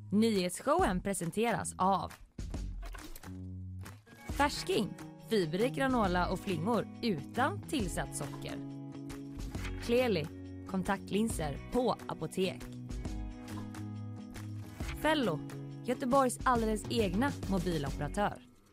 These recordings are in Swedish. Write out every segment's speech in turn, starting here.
Nyhetsshowen presenteras av Färsking, fiberrik granola och flingor utan tillsatt socker. Clearly, kontaktlinser på apotek. Fello, Göteborgs alldeles egna mobiloperatör.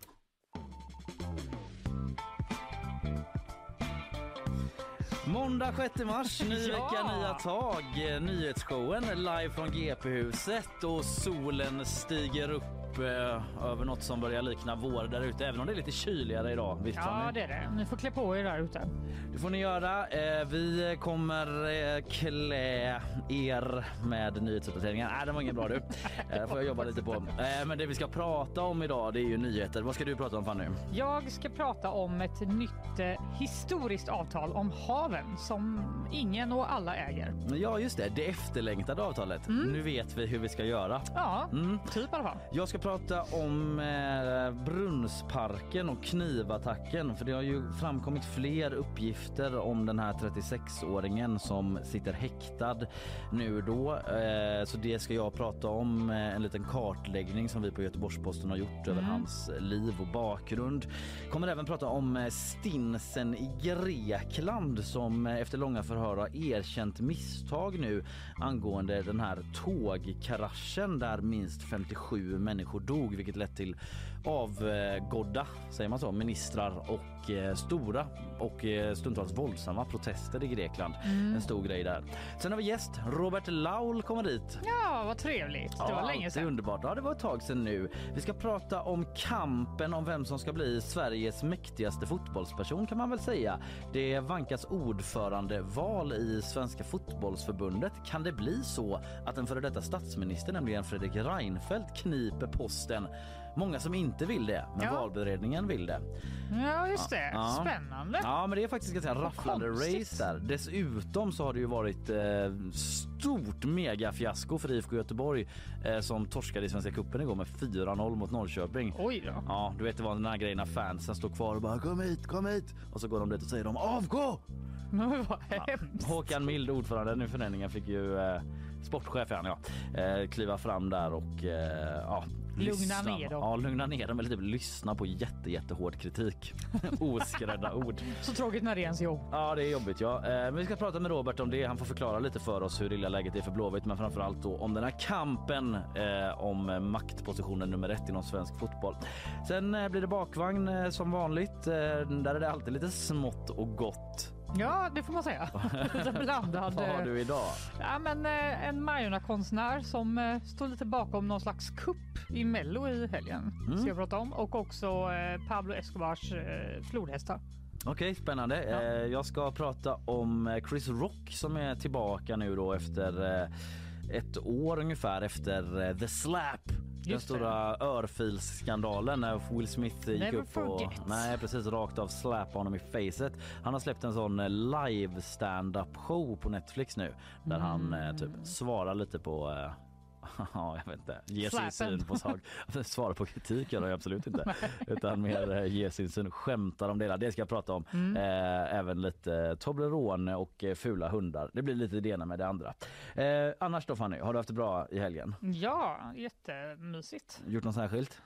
Måndag 6 mars, ny vecka, nya tag. Nyhetsshowen live från GP-huset och solen stiger upp över något som börjar likna vår där ute, även om det är lite kyligare idag. Visst, ja, det är det. Ni får klä på er där ute. Det får ni göra. Vi kommer klä er med nyhetsuppdateringar. Nej, det var ingen bra du. Det får jag jobba lite på. Men det vi ska prata om idag, det är ju nyheter. Vad ska du prata om, Fanny? Jag ska prata om ett nytt historiskt avtal om haven som ingen och alla äger. Ja, just det. Det efterlängtade avtalet. Nu vet vi hur vi ska göra. Ja, typ i alla fall. Jag ska prata om Brunnsparken och knivattacken, för det har ju framkommit fler uppgifter om den här 36-åringen som sitter häktad nu då. Så det ska jag prata om, en liten kartläggning som vi på Göteborgs-Posten har gjort över hans liv och bakgrund. Kommer även prata om Stinsen i Grekland som efter långa förhör har erkänt misstag nu angående den här tågkraschen där minst 57 människor dog, vilket lett till avgådda, säger man så, ministrar och stora och stundtals våldsamma protester i Grekland. En stor grej där. Sen har vi gäst, Robert Laul kommer dit. Ja, vad trevligt. Det var länge sedan. Det är underbart. Ja, det var ett tag sedan nu. Vi ska prata om kampen om vem som ska bli Sveriges mäktigaste fotbollsperson, kan man väl säga. Det vankas ordförandeval i Svenska fotbollsförbundet. Kan det bli så att en före detta statsminister, nämligen Fredrik Reinfeldt, kniper posten? Många som inte vill det, men valberedningen vill det. Ja, just det. Ja. Spännande. Ja, men det är faktiskt ett rafflande race där. Dessutom så har det ju varit stort megafiasko för IFK Göteborg som torskade i Svenska cupen igår med 4-0 mot Norrköping. Oj då. Ja, du vet, det var den här grejen när fansen står kvar och bara kom hit. Och så går de dit och säger de avgå! Vad hemskt. Håkan Mild, ordförande i föreningen, fick ju sportchefen kliva fram där och lugna ner dem. Ja, lugna ner dem, eller typ lyssna på jättehård kritik. Oskrädda ord. Så tråkigt när det är ens jobb. Ja, det är jobbigt, ja. Men vi ska prata med Robert om det. Han får förklara lite för oss hur illa läget är för Blåvitt, men framförallt då om den här kampen om maktpositionen nummer 1 inom svensk fotboll. Sen blir det bakvagn som vanligt. Där är det alltid lite smått och gott. Ja, det får man säga. Blandad. Vad har du idag? Ja, men en Majorna-konstnär som står lite bakom någon slags kupp i Mello i helgen. Ska jag prata om. Och också Pablo Escobars flodhästar. Okej, spännande. Jag ska prata om Chris Rock som är tillbaka nu då efter ett år ungefär efter The Slap. Den stora örfilsskandalen när Will Smith gick upp och precis rakt av släppa honom i facet. Han har släppt en sån live stand-up show på Netflix nu där han typ svarar lite på ja, jag vet inte. Ge sin syn på sak. Svara på kritik gör jag absolut inte. Utan mer ge sin syn, skämtar om det. Det ska jag prata om. Även lite Toblerone och fula hundar. Det blir lite det ena med det andra. Annars då, Fanny, har du haft det bra i helgen? Ja, jättemysigt. Gjort något särskilt?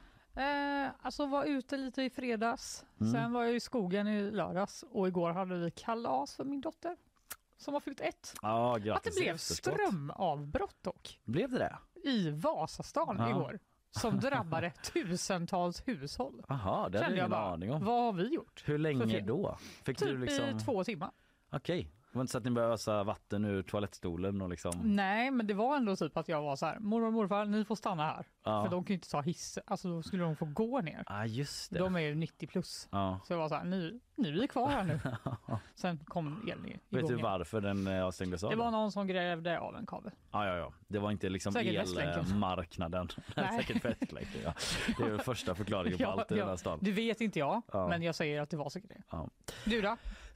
Alltså var ute lite i fredags. Sen var jag i skogen i lördags. Och igår hade vi kalas för min dotter som har fyllt 1. Ja, att det blev strömavbrott dock. Blev det? I Vasastan igår. Som drabbade tusentals hushåll. Jaha, det hade jag ingen aning om. Vad har vi gjort? Hur länge då? Fick typ du liksom... i 2 timmar. Okej. Det var inte så att ni började ösa vatten ur toalettstolen och liksom... Nej, men det var ändå typ att jag var så här: mormor och morfar, ni får stanna här. Ja. För de kan ju inte ta hiss. Alltså då skulle de få gå ner. Ja, just det. De är ju 90 plus. Ja. Så jag var så här, ni är kvar här nu. Sen kom elen igång. Vet du varför den stängdes av? Det var någon som grävde av en kabel. Ja. Det var inte liksom elmarknaden. Säkert Västlänken, ja. Det är första förklaringen på allt i den här stan. Det vet inte jag, men jag säger att det var säkert det. Ja. Du då?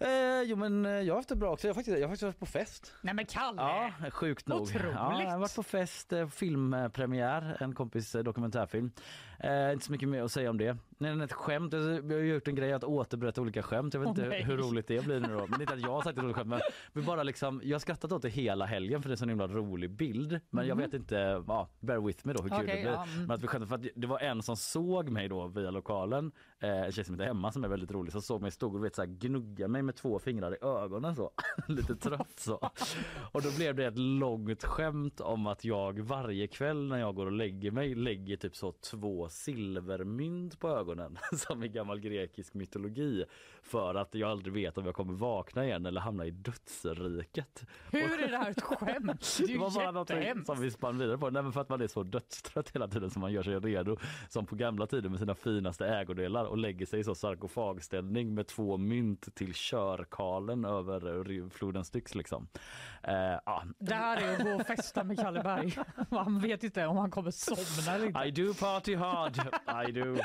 Jo men jag har haft det bra också. Jag har faktiskt varit på fest. Nej men Kalle! Ja, sjukt nog. Otroligt. Ja, jag har varit på fest, filmpremiär, en kompis dokumentärfilm. Inte så mycket mer att säga om det. Det är ett skämt. Vi har gjort en grej att återberätta olika skämt. Jag vet inte hur roligt det blir nu då. Men inte att jag har sagt ett roligt skämt. Men vi bara liksom, jag har skrattat åt det hela helgen för det är så en himla rolig bild. Men jag vet inte, bear with me då hur kul det blir. Men att vi skämtade för att det var en som såg mig då via lokalen. En tjej som heter Emma som är väldigt rolig. Som såg mig stod och gnugga mig med 2 fingrar i ögonen så. Lite trött så. Och då blev det ett långt skämt om att jag varje kväll när jag går och lägger mig lägger typ så 2 silvermynt på ögonen som i gammal grekisk mytologi för att jag aldrig vet om jag kommer vakna igen eller hamna i dödsriket. Hur är det här ett skämt? Det är ju jättehemskt. Som vi spann vidare på. Nej, men för att man är så dödstrött hela tiden som man gör sig redo som på gamla tider med sina finaste ägodelar och lägger sig i så sarkofagställning med 2 mynt till körkalen över floden Styx liksom. Det här är att gå och festa med Kalle Berg. Man vet inte om han kommer somna eller inte. I do party hard. I do.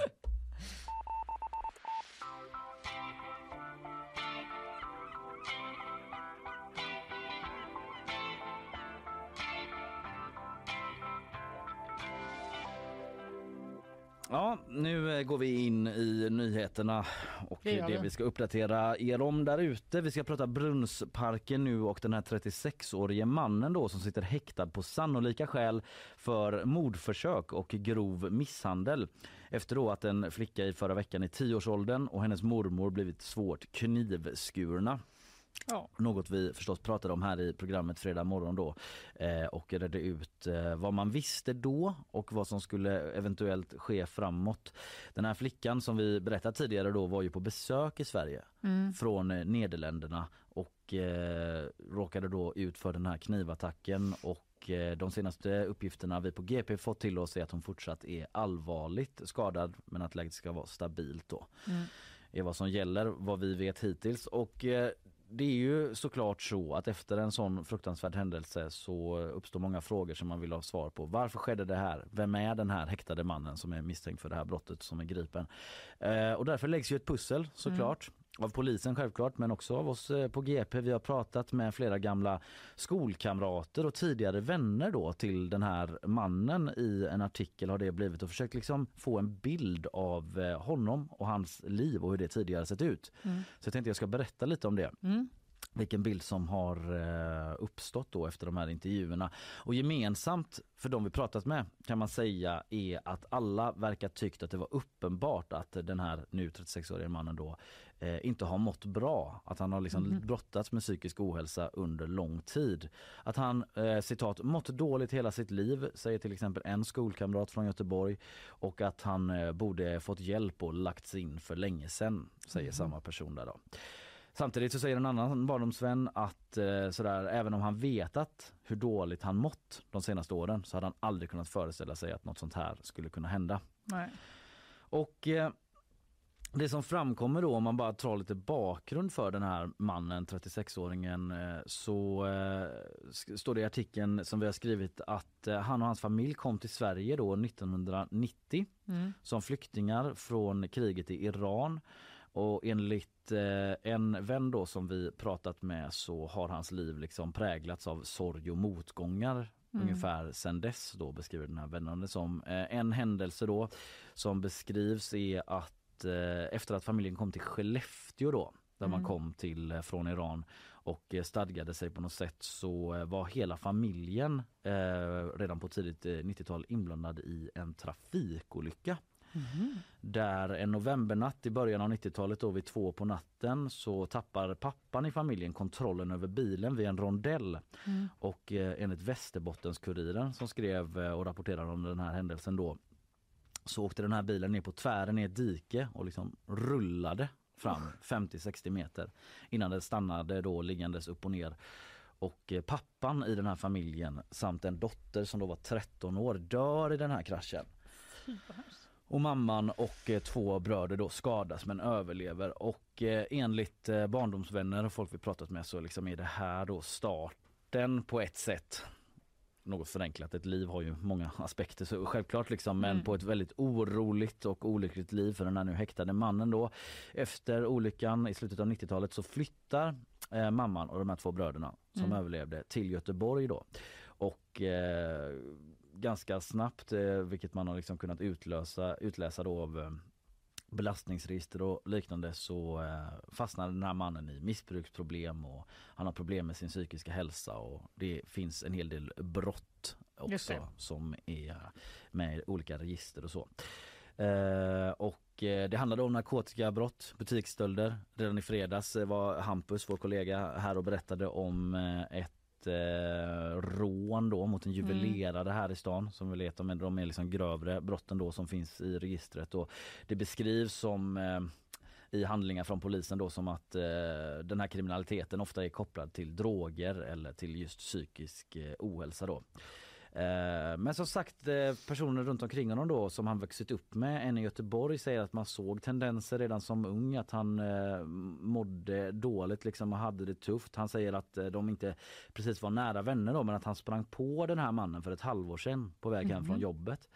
Ja, nu går vi in i nyheterna och det vi ska uppdatera er om där ute. Vi ska prata Brunnsparken nu och den här 36-årige mannen då som sitter häktad på sannolika skäl för mordförsök och grov misshandel. Efter då att en flicka i förra veckan i 10-årsåldern och hennes mormor blivit svårt knivskurna. Ja. Något vi förstås pratade om här i programmet fredag morgon då och redde ut vad man visste då och vad som skulle eventuellt ske framåt. Den här flickan som vi berättade tidigare då var ju på besök i Sverige från Nederländerna och råkade då ut för den här knivattacken och de senaste uppgifterna vi på GP fått till oss är att hon fortsatt är allvarligt skadad men att läget ska vara stabilt då. Är vad som gäller, vad vi vet hittills och det är ju såklart så att efter en sån fruktansvärd händelse så uppstår många frågor som man vill ha svar på. Varför skedde det här? Vem är den här häktade mannen som är misstänkt för det här brottet som är gripen? Och därför läggs ju ett pussel såklart. Av polisen självklart men också av oss på GP. Vi har pratat med flera gamla skolkamrater och tidigare vänner då till den här mannen i en artikel har det blivit och försökt liksom få en bild av honom och hans liv och hur det tidigare sett ut. Så jag tänkte jag ska berätta lite om det. Vilken bild som har uppstått då efter de här intervjuerna. Och gemensamt för de vi pratat med kan man säga är att alla verkar tyckt att det var uppenbart att den här nu 36-åriga mannen då inte har mått bra. Att han har liksom brottats med psykisk ohälsa under lång tid. Att han, citat, mått dåligt hela sitt liv, säger till exempel en skolkamrat från Göteborg. Och att han borde fått hjälp och lagts in för länge sedan, säger samma person där då. Samtidigt så säger en annan barndomsvän att även om han vetat hur dåligt han mått de senaste åren så hade han aldrig kunnat föreställa sig att något sånt här skulle kunna hända. Nej. Och det som framkommer då om man bara tar lite bakgrund för den här mannen, 36-åringen, så står det i artikeln som vi har skrivit att han och hans familj kom till Sverige då 1990 som flyktingar från kriget i Iran. Och enligt en vän då som vi pratat med så har hans liv liksom präglats av sorg och motgångar ungefär sedan dess då, beskriver den här vännen det som. En händelse då som beskrivs är att efter att familjen kom till Skellefteå då, där man kom till från Iran och stadgade sig på något sätt, så var hela familjen redan på tidigt 90-tal inblandad i en trafikolycka. Där en novembernatt i början av 90-talet då vid 2 på natten så tappar pappan i familjen kontrollen över bilen vid en rondell. Och enligt Västerbottens-Kuriren som skrev och rapporterade om den här händelsen då, så åkte den här bilen ner på tvären i ett dike och liksom rullade fram 50-60 meter innan det stannade då liggandes upp och ner. Och pappan i den här familjen samt en dotter som då var 13 år dör i den här kraschen. Och mamman och 2 bröder då skadas men överlever. Och enligt barndomsvänner och folk vi pratat med så liksom är det här då starten på ett sätt något förenklat. Ett liv har ju många aspekter så självklart liksom, men på ett väldigt oroligt och olyckligt liv för den här nu häktade mannen då. Efter olyckan i slutet av 90-talet så flyttar mamman och de här 2 bröderna som överlevde till Göteborg då. Och ganska snabbt, vilket man har liksom kunnat utläsa då av belastningsregister och liknande, så fastnar den här mannen i missbruksproblem och han har problem med sin psykiska hälsa och det finns en hel del brott också som är med i olika register och så. Det handlade om narkotikabrott, butiksstölder. Redan i fredags var Hampus, vår kollega, här och berättade om ett rån då mot en juvelerare här i stan som vi vet de är liksom grövre brotten då som finns i registret, och det beskrivs som i handlingar från polisen då som att den här kriminaliteten ofta är kopplad till droger eller till just psykisk ohälsa då. Men som sagt, personer runt omkring honom då som han vuxit upp med, en i Göteborg, säger att man såg tendenser redan som ung att han mådde dåligt liksom och hade det tufft. Han säger att de inte precis var nära vänner då, men att han sprang på den här mannen för ett halvår sedan på väg hem från jobbet.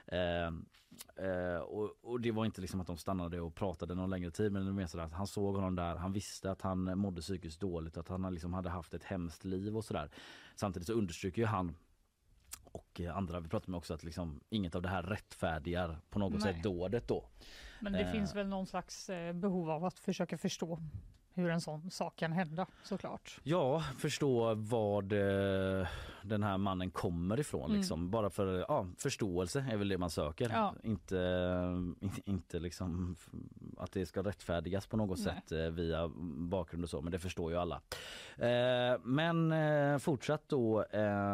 Och det var inte liksom att de stannade och pratade någon längre tid, men det var mer så att han såg honom där, han visste att han mådde psykiskt dåligt, att han liksom hade haft ett hemskt liv och sådär. Samtidigt så understryker ju han och andra vi pratar med också att liksom inget av det här rättfärdigar på något sätt dådet då. Men det finns väl någon slags behov av att försöka förstå hur en sån sak kan hända, såklart. Ja, förstå vad den här mannen kommer ifrån liksom. Bara för förståelse är väl det man söker. Ja. Inte liksom att det ska rättfärdigas på något sätt via bakgrund och så, men det förstår ju alla. Men fortsatt då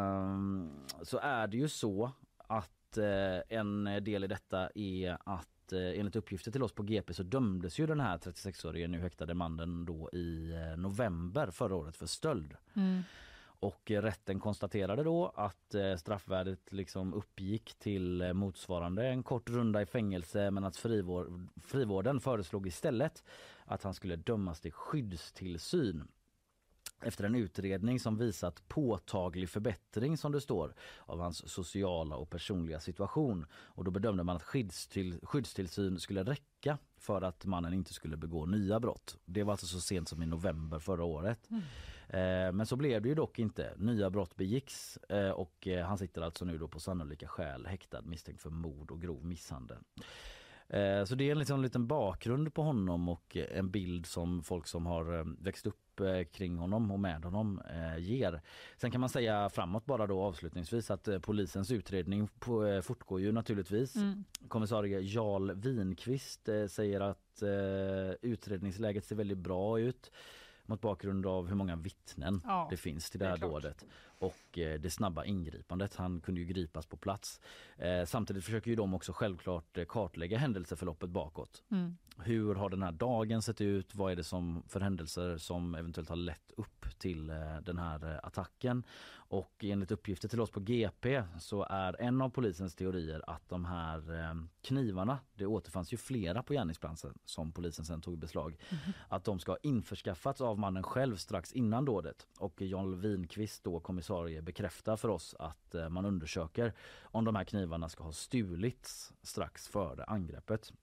så är det ju så att en del i detta är att enligt uppgifter till oss på GP så dömdes ju den här 36-årige nu häktade mannen då i november förra året för stöld. Och rätten konstaterade då att straffvärdet liksom uppgick till motsvarande en kort runda i fängelse, men att frivården föreslog istället att han skulle dömas till skyddstillsyn. Efter en utredning som visat påtaglig förbättring, som det står, av hans sociala och personliga situation. Och då bedömde man att skyddstillsyn skulle räcka för att mannen inte skulle begå nya brott. Det var alltså så sent som i november förra året. Men så blev det ju dock inte. Nya brott begicks och han sitter alltså nu då på sannolika skäl häktad misstänkt för mord och grov misshandel. Så det är liksom en liten bakgrund på honom och en bild som folk som har växt upp kring honom och med honom ger. Sen kan man säga framåt bara då avslutningsvis att polisens utredning fortgår ju naturligtvis. Kommissarie Jarl Winqvist säger att utredningsläget ser väldigt bra ut mot bakgrund av hur många vittnen det finns till det här dådet och det snabba ingripandet. Han kunde ju gripas på plats. Samtidigt försöker ju de också självklart kartlägga händelseförloppet bakåt. Hur har den här dagen sett ut? Vad är det som för händelser som eventuellt har lett upp till den här attacken? Och enligt uppgifter till oss på GP så är en av polisens teorier att de här knivarna, det återfanns ju flera på gärningsplatsen som polisen sen tog i beslag, att de ska ha införskaffats av mannen själv strax innan dådet. Och Jarl Winqvist då, kommissarie, bekräftar för oss att man undersöker om de här knivarna ska ha stulits strax före angreppet.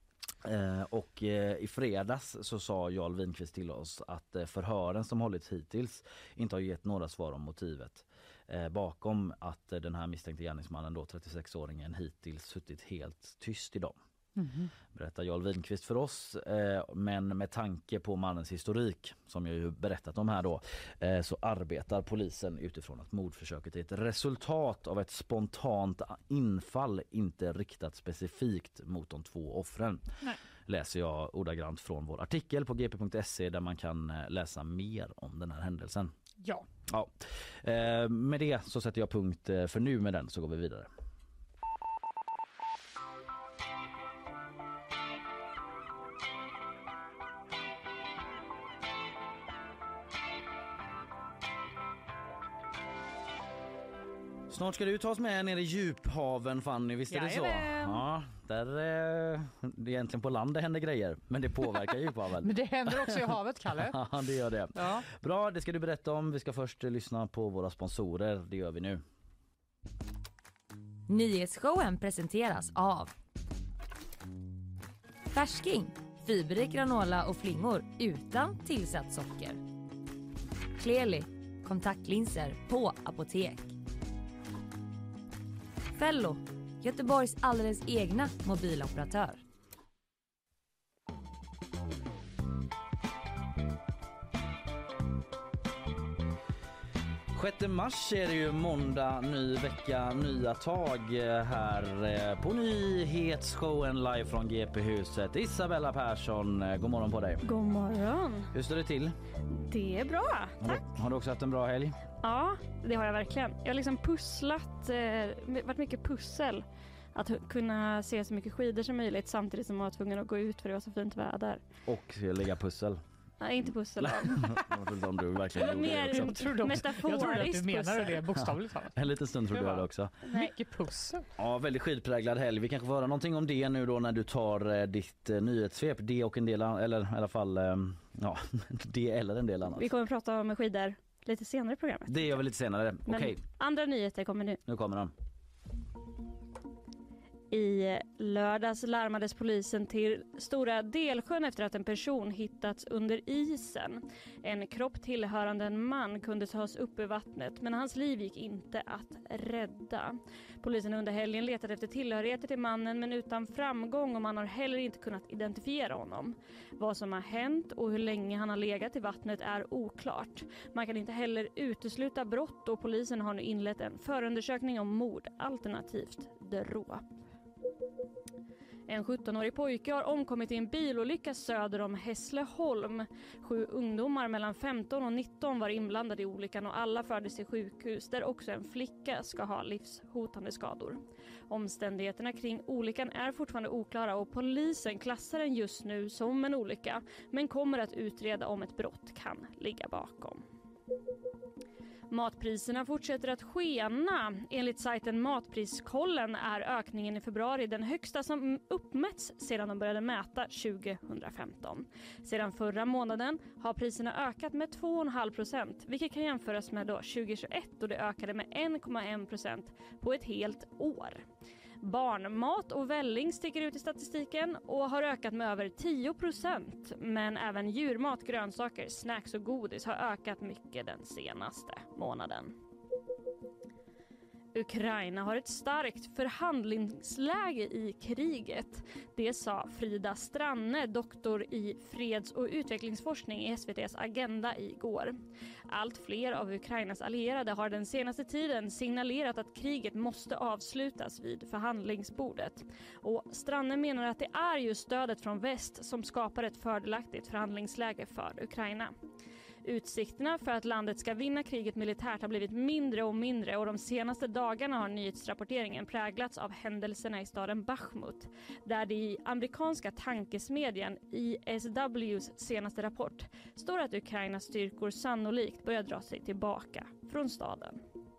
Och i fredags så sa Jarl Winqvist till oss att förhören som hållits hittills inte har gett några svar om motivet bakom att den här misstänkte gärningsmannen då, 36-åringen, hittills suttit helt tyst idag. Berättar Jarl Winqvist för oss, men med tanke på mannens historik som jag ju berättat om här då, så arbetar polisen utifrån att mordförsöket är ett resultat av ett spontant infall, inte riktat specifikt mot de 2 offren. Nej. Läser jag ordagrant från vår artikel på gp.se där man kan läsa mer om den här händelsen. Ja. Med det så sätter jag punkt för nu med den, så går vi vidare. Snart ska du ta oss med ner i djuphaven, Fanny, visst är det så? Ja, där det är egentligen på land det händer grejer, men det påverkar djuphaven. Men det händer också i havet, Kalle. Ja, det gör det. Ja. Bra, det ska du berätta om. Vi ska först lyssna på våra sponsorer, det gör vi nu. Nyhetsshowen presenteras av Färsking, fiberrik granola och flingor utan tillsatt socker. Clearly, kontaktlinser på apotek. Fello, Göteborgs alldeles egna mobiloperatör. 6 mars är det ju måndag, ny vecka, nya tag här på nyhetsshowen live från GP-huset. Isabella Persson, god morgon på dig. God morgon. Hur står det till? Det är bra, tack. Har du också haft en bra helg? Ja, det har jag verkligen. Jag har liksom pusslat, varit mycket pussel. Att kunna se så mycket skidor som möjligt samtidigt som jag var tvungen att gå ut för det var så fint väder. Och lägga pussel. Nej, inte pussel. Om du verkligen gjorde Mer det också. metaforiskt Jag trodde att du menade det bokstavligt talat. En liten stund trodde jag det också. Mycket pussel. Ja, väldigt skidpräglad helg. Vi kanske får höra någonting om det nu då när du tar ditt nyhetssvep. Det och en del, eller i alla fall, ja, det eller en del annat. Vi kommer att prata om skidor lite senare i programmet. Det gör vi lite senare. Okej. Andra nyheter kommer nu. Nu kommer de. I lördags larmades polisen till Stora Delsjön efter att en person hittats under isen. En kropp tillhörande en man kunde tas upp ur vattnet, men hans liv gick inte att rädda. Polisen under helgen letade efter tillhörigheter till mannen, men utan framgång, och man har heller inte kunnat identifiera honom. Vad som har hänt och hur länge han har legat i vattnet är oklart. Man kan inte heller utesluta brott, och polisen har nu inlett en förundersökning om mord, alternativt dråp. En 17-årig pojke har omkommit i en bilolycka söder om Hässleholm. 7 ungdomar mellan 15 och 19 var inblandade i olyckan och alla fördes till sjukhus där också en flicka ska ha livshotande skador. Omständigheterna kring olyckan är fortfarande oklara och polisen klassar den just nu som en olycka, men kommer att utreda om ett brott kan ligga bakom. Matpriserna fortsätter att skena. Enligt sajten Matpriskollen är ökningen i februari den högsta som uppmätts sedan de började mäta 2015. Sedan förra månaden har priserna ökat med 2,5%, vilket kan jämföras med då 2021 då det ökade med 1,1% på ett helt år. Barnmat och välling sticker ut i statistiken och har ökat med över 10%, men även djurmat, grönsaker, snacks och godis har ökat mycket den senaste månaden. Ukraina har ett starkt förhandlingsläge i kriget. Det sa Frida Stranne, doktor i freds- och utvecklingsforskning i SVT:s Agenda igår. Allt fler av Ukrainas allierade har den senaste tiden signalerat att kriget måste avslutas vid förhandlingsbordet. Och Stranne menar att det är just stödet från väst som skapar ett fördelaktigt förhandlingsläge för Ukraina. Utsikterna för att landet ska vinna kriget militärt har blivit mindre och mindre, och de senaste dagarna har nyhetsrapporteringen präglats av händelserna i staden Bachmut, där det i amerikanska tankesmedjan ISWs senaste rapport står att Ukrainas styrkor sannolikt börjar dra sig tillbaka från staden.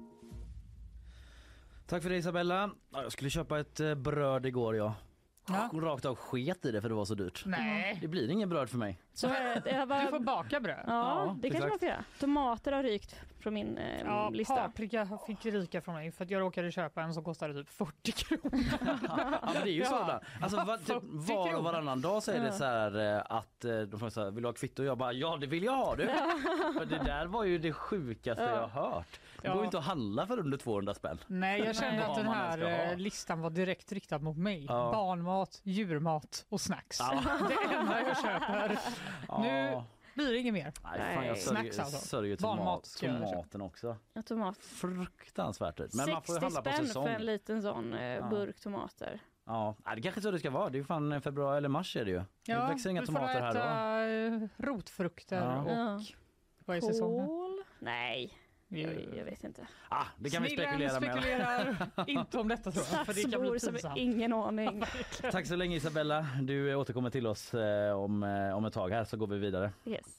Tack för det, Isabella. Jag skulle köpa ett bröd igår, ja. Rakt av sket i det för det var så dyrt. Nej. Det blir ingen bröd för mig. Så det var... Du får baka bröd. Ja, det kanske man får göra. Tomater har rykt från min lista. Paprika fick ryka från mig för att jag råkade köpa en som kostade typ 40 kronor. Ja, men det är ju så. Alltså, var och varannan dag säger det så här att de frågar så här, vill du ha kvitto? Och jag bara, ja det vill jag ha du. För det där var ju det sjukaste jag har hört. Det går ju inte att handla för under 200 spänn. Nej, jag kände att den här listan var direkt riktad mot mig. Ja. Barnmat, djurmat och snacks. Ja. Det enda jag köper. Ja. Nu blir det inget mer. Nej, fan, jag sörjer tomaten också. Ja, tomat. Fruktansvärt. Men man får ju 60 handla på spänn säsong. för en liten sån burk tomater. Ja, det kanske så det ska vara. Det är ju fan februari eller mars är det ju. Ja, det växer inga tomater här då. Rotfrukter och vad är säsongen? Kål? Nej. Jag vet inte. Det kan vi spekulera med. Spekulerar inte om detta tror jag. För det kan bli pinsamt. Ingen aning. Tack så länge Isabella. Du återkommer till oss om ett tag här så går vi vidare. Yes.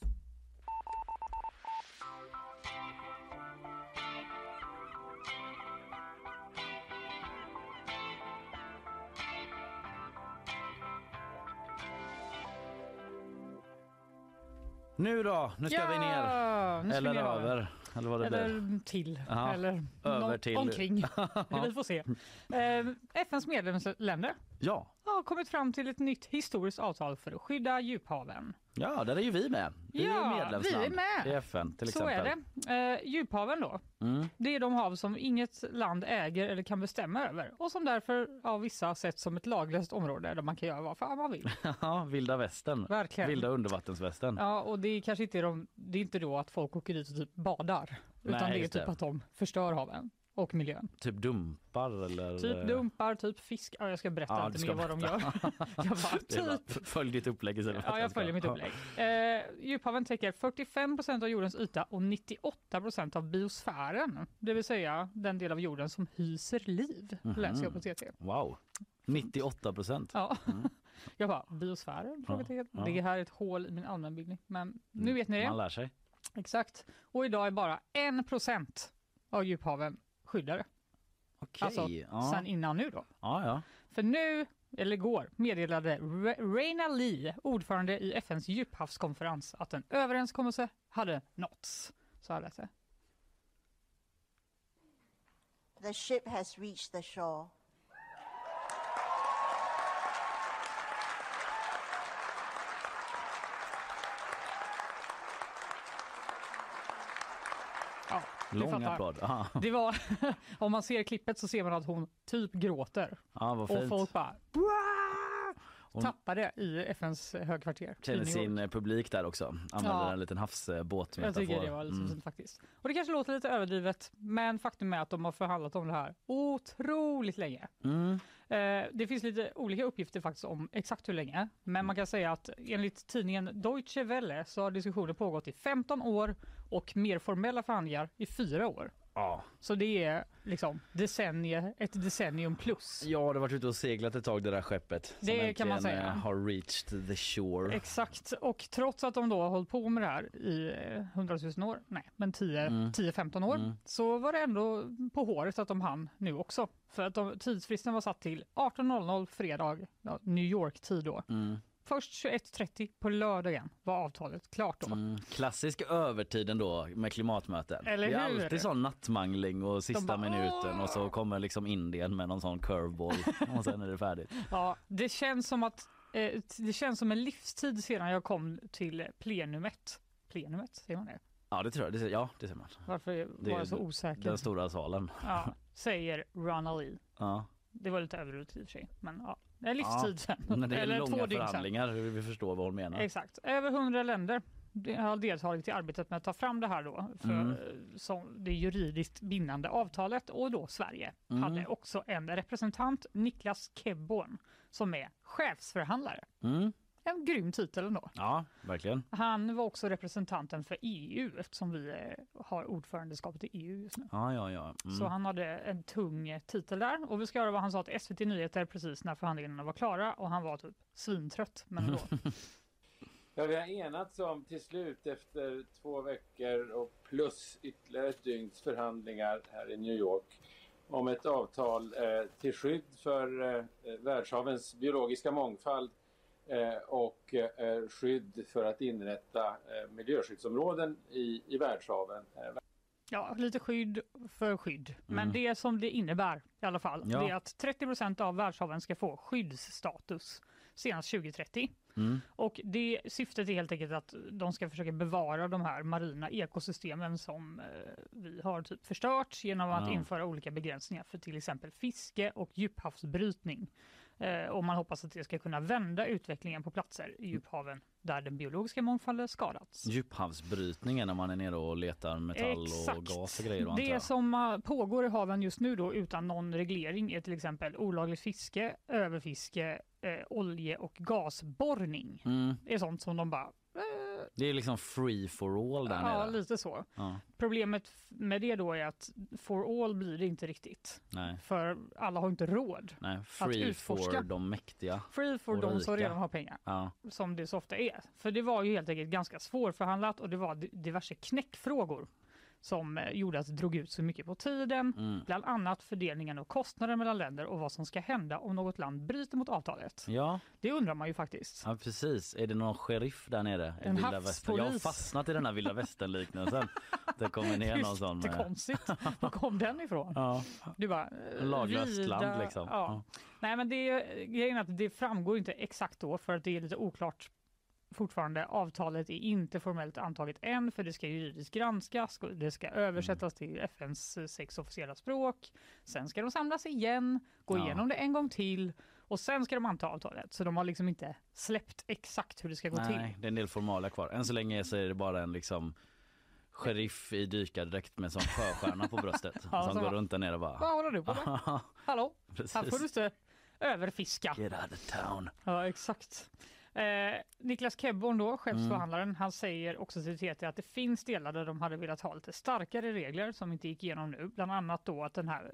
Nu då, nu ska vi ner. Nu ska eller vi över. eller vad det blir. Eller till. Ja, Eller över till. omkring. Vi får se. FNs medlemsländer har kommit fram till ett nytt historiskt avtal för att skydda djuphaven. Ja, där är ju vi med. Vi är medlemsland vi är med. i FN till exempel. Så är det. Djuphaven då, det är de hav som inget land äger eller kan bestämma över och som därför av vissa sett som ett laglöst område där man kan göra vad fan man vill. Ja, vilda västern. Verkligen. Vilda undervattensvästern. Ja, och det är kanske inte det är inte då att folk åker dit och typ badar, utan Nej, det är typ att de förstör haven och miljön. Typ dumpar eller... Typ dumpar, typ fisk. Ja, jag ska berätta lite mer vad de gör. Jag bara, typ... Följ ditt upplägg istället. Ja, jag följer mitt upplägg. Djuphaven täcker 45% av jordens yta och 98% av biosfären. Det vill säga den del av jorden som hyser liv, läser jag på TT. Wow, 98%. Ja. Jag bara, biosfären? Ja. Det här är ett hål i min allmänbildning. Men nu vet ni det. Man lär sig. Exakt. Och idag är bara 1% av djuphaven skyddade. Okej. Alltså, sen innan nu då. Ja. För nu, eller igår, meddelade Raina Lee, ordförande i FNs djuphavskonferens, att en överenskommelse hade nåtts. Så här lät det. The ship has reached the shore. Lång applåd. Det var, om man ser klippet så ser man att hon typ gråter. Ja, vad fint. Och folk bara tappade i FNs högkvarter. Känner sin publik där också. Använder en liten havsbåt. Jag tycker det var lite fint faktiskt. Och det kanske låter lite överdrivet, men faktum är att de har förhandlat om det här otroligt länge. Det finns lite olika uppgifter faktiskt om exakt hur länge, men man kan säga att enligt tidningen Deutsche Welle så har diskussioner pågått i 15 år och mer formella förhandlingar i 4 år. Ja. Så det är liksom ett decennium plus. Ja, det har varit ute och seglat ett tag det där skeppet. Det kan man säga. Har reached the shore. Exakt, och trots att de då har hållit på med det här i 100 000 år, nej, men 10-15 år, så var det ändå på håret att de hann nu också. För att tidsfristen var satt till 18.00 fredag, New York-tid då. Först 21.30 på lördagen var avtalet klart då. Klassisk övertiden då med klimatmöten. Eller det är hur? alltid sån nattmangling och sista minuten och så kommer liksom Indien med någon sån curveball och sen är det färdigt. Ja, det känns som en livstid sedan jag kom till plenumet. Plenumet, säger man det? Ja, det tror jag. Det ser man. Varför var jag så osäker? Den stora salen. Ja, säger Raina Lee. Ja. Det var lite överdrivet i och för sig, men ja, det är livstid sen. Men det är eller långa 2 dygn förhandlingar, vi förstår vad hon menar. Exakt. Över 100 länder har deltagit i arbetet med att ta fram det här då, för som det juridiskt bindande avtalet, och då Sverige hade också en representant, Niklas Kebborn, som är chefsförhandlare. En grym titel ändå. Ja, verkligen. Han var också representanten för EU eftersom vi har ordförandeskapet i EU just nu. Ja. Så han hade en tung titel där. Och vi ska höra vad han sa till SVT Nyheter precis när förhandlingarna var klara. Och han var typ svintrött. Men då. Ja, vi har enats om till slut efter 2 veckor och plus ytterligare ett dygns förhandlingar här i New York om ett avtal till skydd för världshavens biologiska mångfald och skydd för att inrätta miljöskyddsområden i världshaven. Ja, lite skydd för skydd. Men det som det innebär i alla fall, det är att 30% av världshaven ska få skyddsstatus senast 2030. Och det syftet är helt enkelt att de ska försöka bevara de här marina ekosystemen som vi har typ förstört genom att införa olika begränsningar för till exempel fiske och djuphavsbrytning. Och man hoppas att det ska kunna vända utvecklingen på platser i djuphaven där den biologiska mångfalden skadats. Djuphavsbrytningen när man är nere och letar metall och gas och grejer. Det som pågår i haven just nu då utan någon reglering är till exempel olagligt fiske, överfiske, olje- och gasborrning. Det är sånt som de bara... Det är liksom free for all där nere. Ja, lite så. Ja. Problemet med det då är att for all blir det inte riktigt. Nej. För alla har inte råd. Nej, free for de mäktiga. Free for de som redan har pengar. Ja. Som det så ofta är. För det var ju helt enkelt ganska svårförhandlat och det var diverse knäckfrågor som gjorde att det drog ut så mycket på tiden. Bland annat fördelningen av kostnader mellan länder och vad som ska hända om något land bryter mot avtalet. Ja. Det undrar man ju faktiskt. Ja, precis. Är det någon sheriff där nere? En havspolis. Jag har fastnat i den här vilda västern-liknelsen. Det kommer ner någon sån. Det är konstigt. Var kom den ifrån? Ja. Du bara, laglöst land liksom. Ja. Nej, men grejen är att det framgår inte exakt då för att det är lite oklart fortfarande. Avtalet är inte formellt antaget än för det ska juridiskt granskas. Det ska översättas till FNs 6 officiella språk. Sen ska de samlas igen, gå igenom det en gång till och sen ska de anta avtalet. Så de har liksom inte släppt exakt hur det ska gå till. Nej, det är en del formalia kvar. Än så länge så är det bara en liksom sheriff i dykardräkt med sån sjöstjärna på bröstet som går runt där nere och bara... Vad håller du på med? Hallå? Precis. Här får du inte överfiska. Get out of town. Ja, exakt. Niklas Kebborn då, chefsförhandlaren, han säger också till TT att det finns delar där de hade velat ha lite starkare regler som inte gick igenom nu. Bland annat då att den här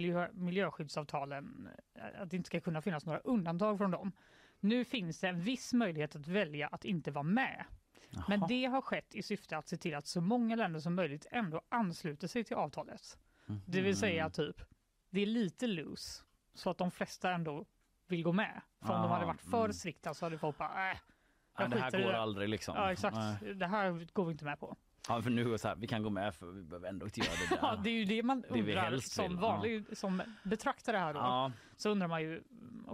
miljöskyddsavtalen, att det inte ska kunna finnas några undantag från dem. Nu finns det en viss möjlighet att välja att inte vara med. Jaha. Men det har skett i syfte att se till att så många länder som möjligt ändå ansluter sig till avtalet. Det vill säga typ, det är lite loose så att de flesta ändå vill gå med. För om de hade varit för strikta så hade folk bara det här går aldrig liksom. Ja, exakt. Det här går vi inte med på. Ja, för nu så här, vi kan gå med för vi behöver ändå inte göra det där. Ja, det är ju det man undrar som vanlig som betraktar det här då. Ja. Så undrar man ju,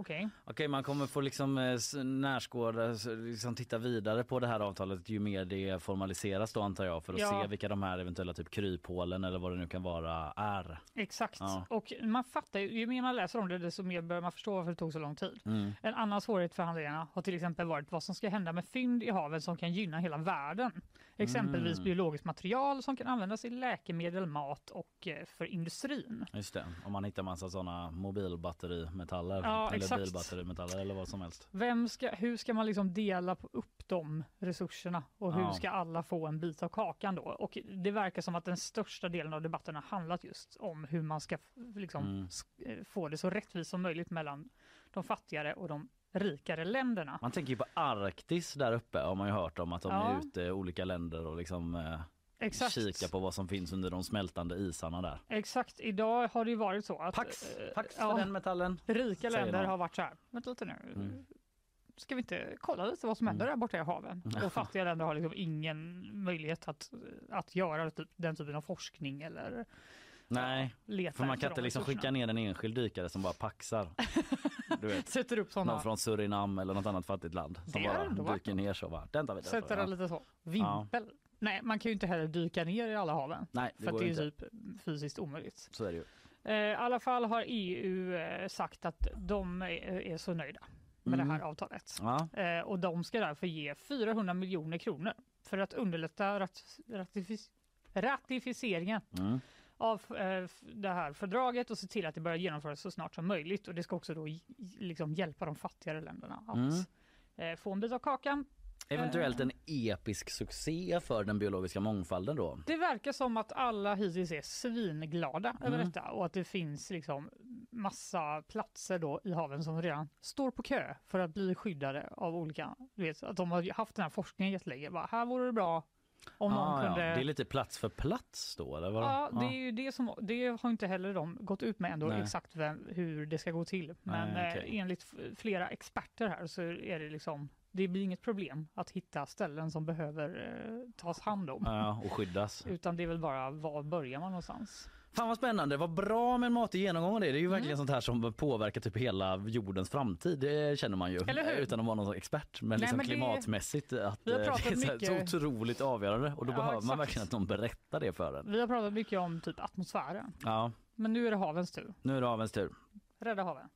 okej, man kommer få liksom närskåda, liksom titta vidare på det här avtalet ju mer det formaliseras då antar jag för att se vilka de här eventuella typ kryphålen eller vad det nu kan vara är. Exakt. Ja. Och man fattar ju mer man läser om det desto mer bör man förstå varför det tog så lång tid. En annan svårighet för förhandlingarna har till exempel varit vad som ska hända med fynd i haven som kan gynna hela världen. Exempelvis biologiskt material som kan användas i läkemedel, mat och för industrin. Just det, om man hittar massa sådana mobilbatterimetaller eller exakt. bilbatterimetaller eller vad som helst. Hur ska man liksom dela upp de resurserna och hur ska alla få en bit av kakan då? Och det verkar som att den största delen av debatten har handlat just om hur man ska liksom få det så rättvist som möjligt mellan de fattigare och de rikare länderna. Man tänker ju på Arktis där uppe har man ju hört om att de är ute i olika länder och liksom kika på vad som finns under de smältande isarna där. Exakt, idag har det ju varit så att Pax för den metallen. Rika länder har varit så här, vänta lite nu. Ska vi inte kolla lite vad som händer där borta i haven? Och fattiga länder har liksom ingen möjlighet att göra den typen av forskning eller nej, för man kan inte liksom skicka ner en enskild dykare som bara paxar. Du vet, sätter upp sådana. Någon från Surinam eller något annat fattigt land som bara dyker ner så bara. Den tar vi sätter det lite så. Vimpel. Ja. Nej, man kan ju inte heller dyka ner i alla haven. Nej, det för att det är typ fysiskt omöjligt. Så är det ju. I alla fall har EU sagt att de är så nöjda med det här avtalet. Ja. Och de ska därför ge 400 miljoner kronor för att underlätta ratificeringen av det här fördraget och se till att det börjar genomföras så snart som möjligt. Och det ska också då liksom hjälpa de fattigare länderna att få en bit av kakan. Eventuellt en episk succé för den biologiska mångfalden då. Det verkar som att alla hittills är svinglada över detta och att det finns liksom massa platser då i haven som redan står på kö för att bli skyddade av olika, du vet, att de har haft den här forskningen jättelänge. Bara, här vore det bra om någon kunde... Det är lite plats för plats då, eller vad? Ja, det är ju det som... Det har inte heller de gått ut med ändå exakt hur det ska gå till. Men enligt flera experter här så är det liksom... Det blir inget problem att hitta ställen som behöver tas hand om. Ja, och skyddas. Utan det är väl bara, var börjar man någonstans? Fan vad spännande, vad bra med en matig genomgång av det. Det är ju verkligen sånt här som påverkar typ hela jordens framtid. Det känner man ju utan att vara någon expert. Men liksom klimatmässigt att det är så otroligt avgörande. Och då behöver man verkligen att någon berättar det för en. Vi har pratat mycket om typ atmosfären. Ja. Men nu är det havens tur. Nu är det havens tur. Rädda haven.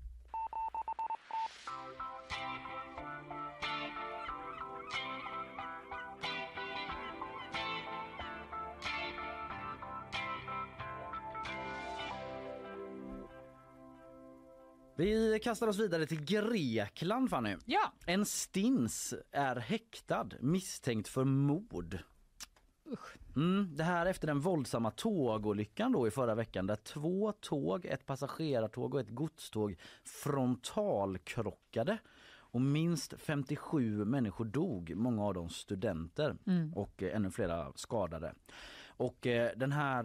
Vi kastar oss vidare till Grekland, Fanny. Ja. En stins är häktad misstänkt för mord. Det här efter den våldsamma tågolyckan då i förra veckan där 2 tåg, ett passagerartåg och ett godståg frontalkrockade. Och minst 57 människor dog, många av dem studenter och ännu flera skadade. Och den här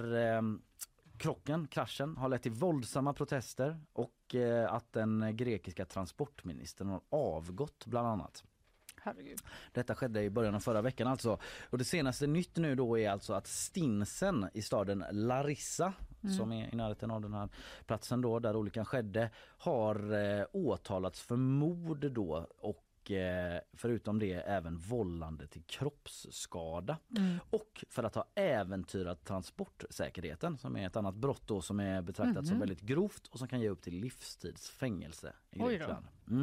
kraschen har lett till våldsamma protester och att den grekiska transportministern har avgått bland annat. Herregud. Detta skedde i början av förra veckan alltså. Och det senaste nytt nu då är alltså att stinsen i staden Larissa som är i närheten av den här platsen då där olyckan skedde har åtalats för mord då och förutom det även vållande till kroppsskada och för att ha äventyrat transportsäkerheten som är ett annat brott då som är betraktat som väldigt grovt och som kan ge upp till livstidsfängelse i Grekland.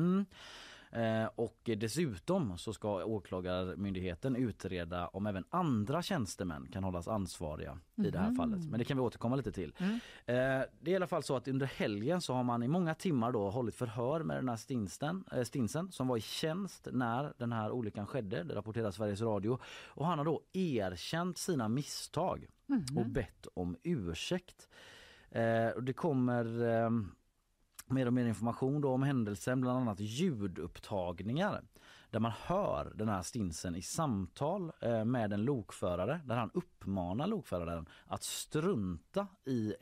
Och dessutom så ska åklagarmyndigheten utreda om även andra tjänstemän kan hållas ansvariga i det här fallet. Men det kan vi återkomma lite till. Det är i alla fall så att under helgen så har man i många timmar då hållit förhör med den här stinsen som var i tjänst när den här olyckan skedde. Det rapporterar Sveriges Radio. Och han har då erkänt sina misstag och bett om ursäkt. Och det kommer mer och mer information då om händelsen, bland annat ljudupptagningar där man hör den här stinsen i samtal med en lokförare där han uppmanar lokföraren att strunta i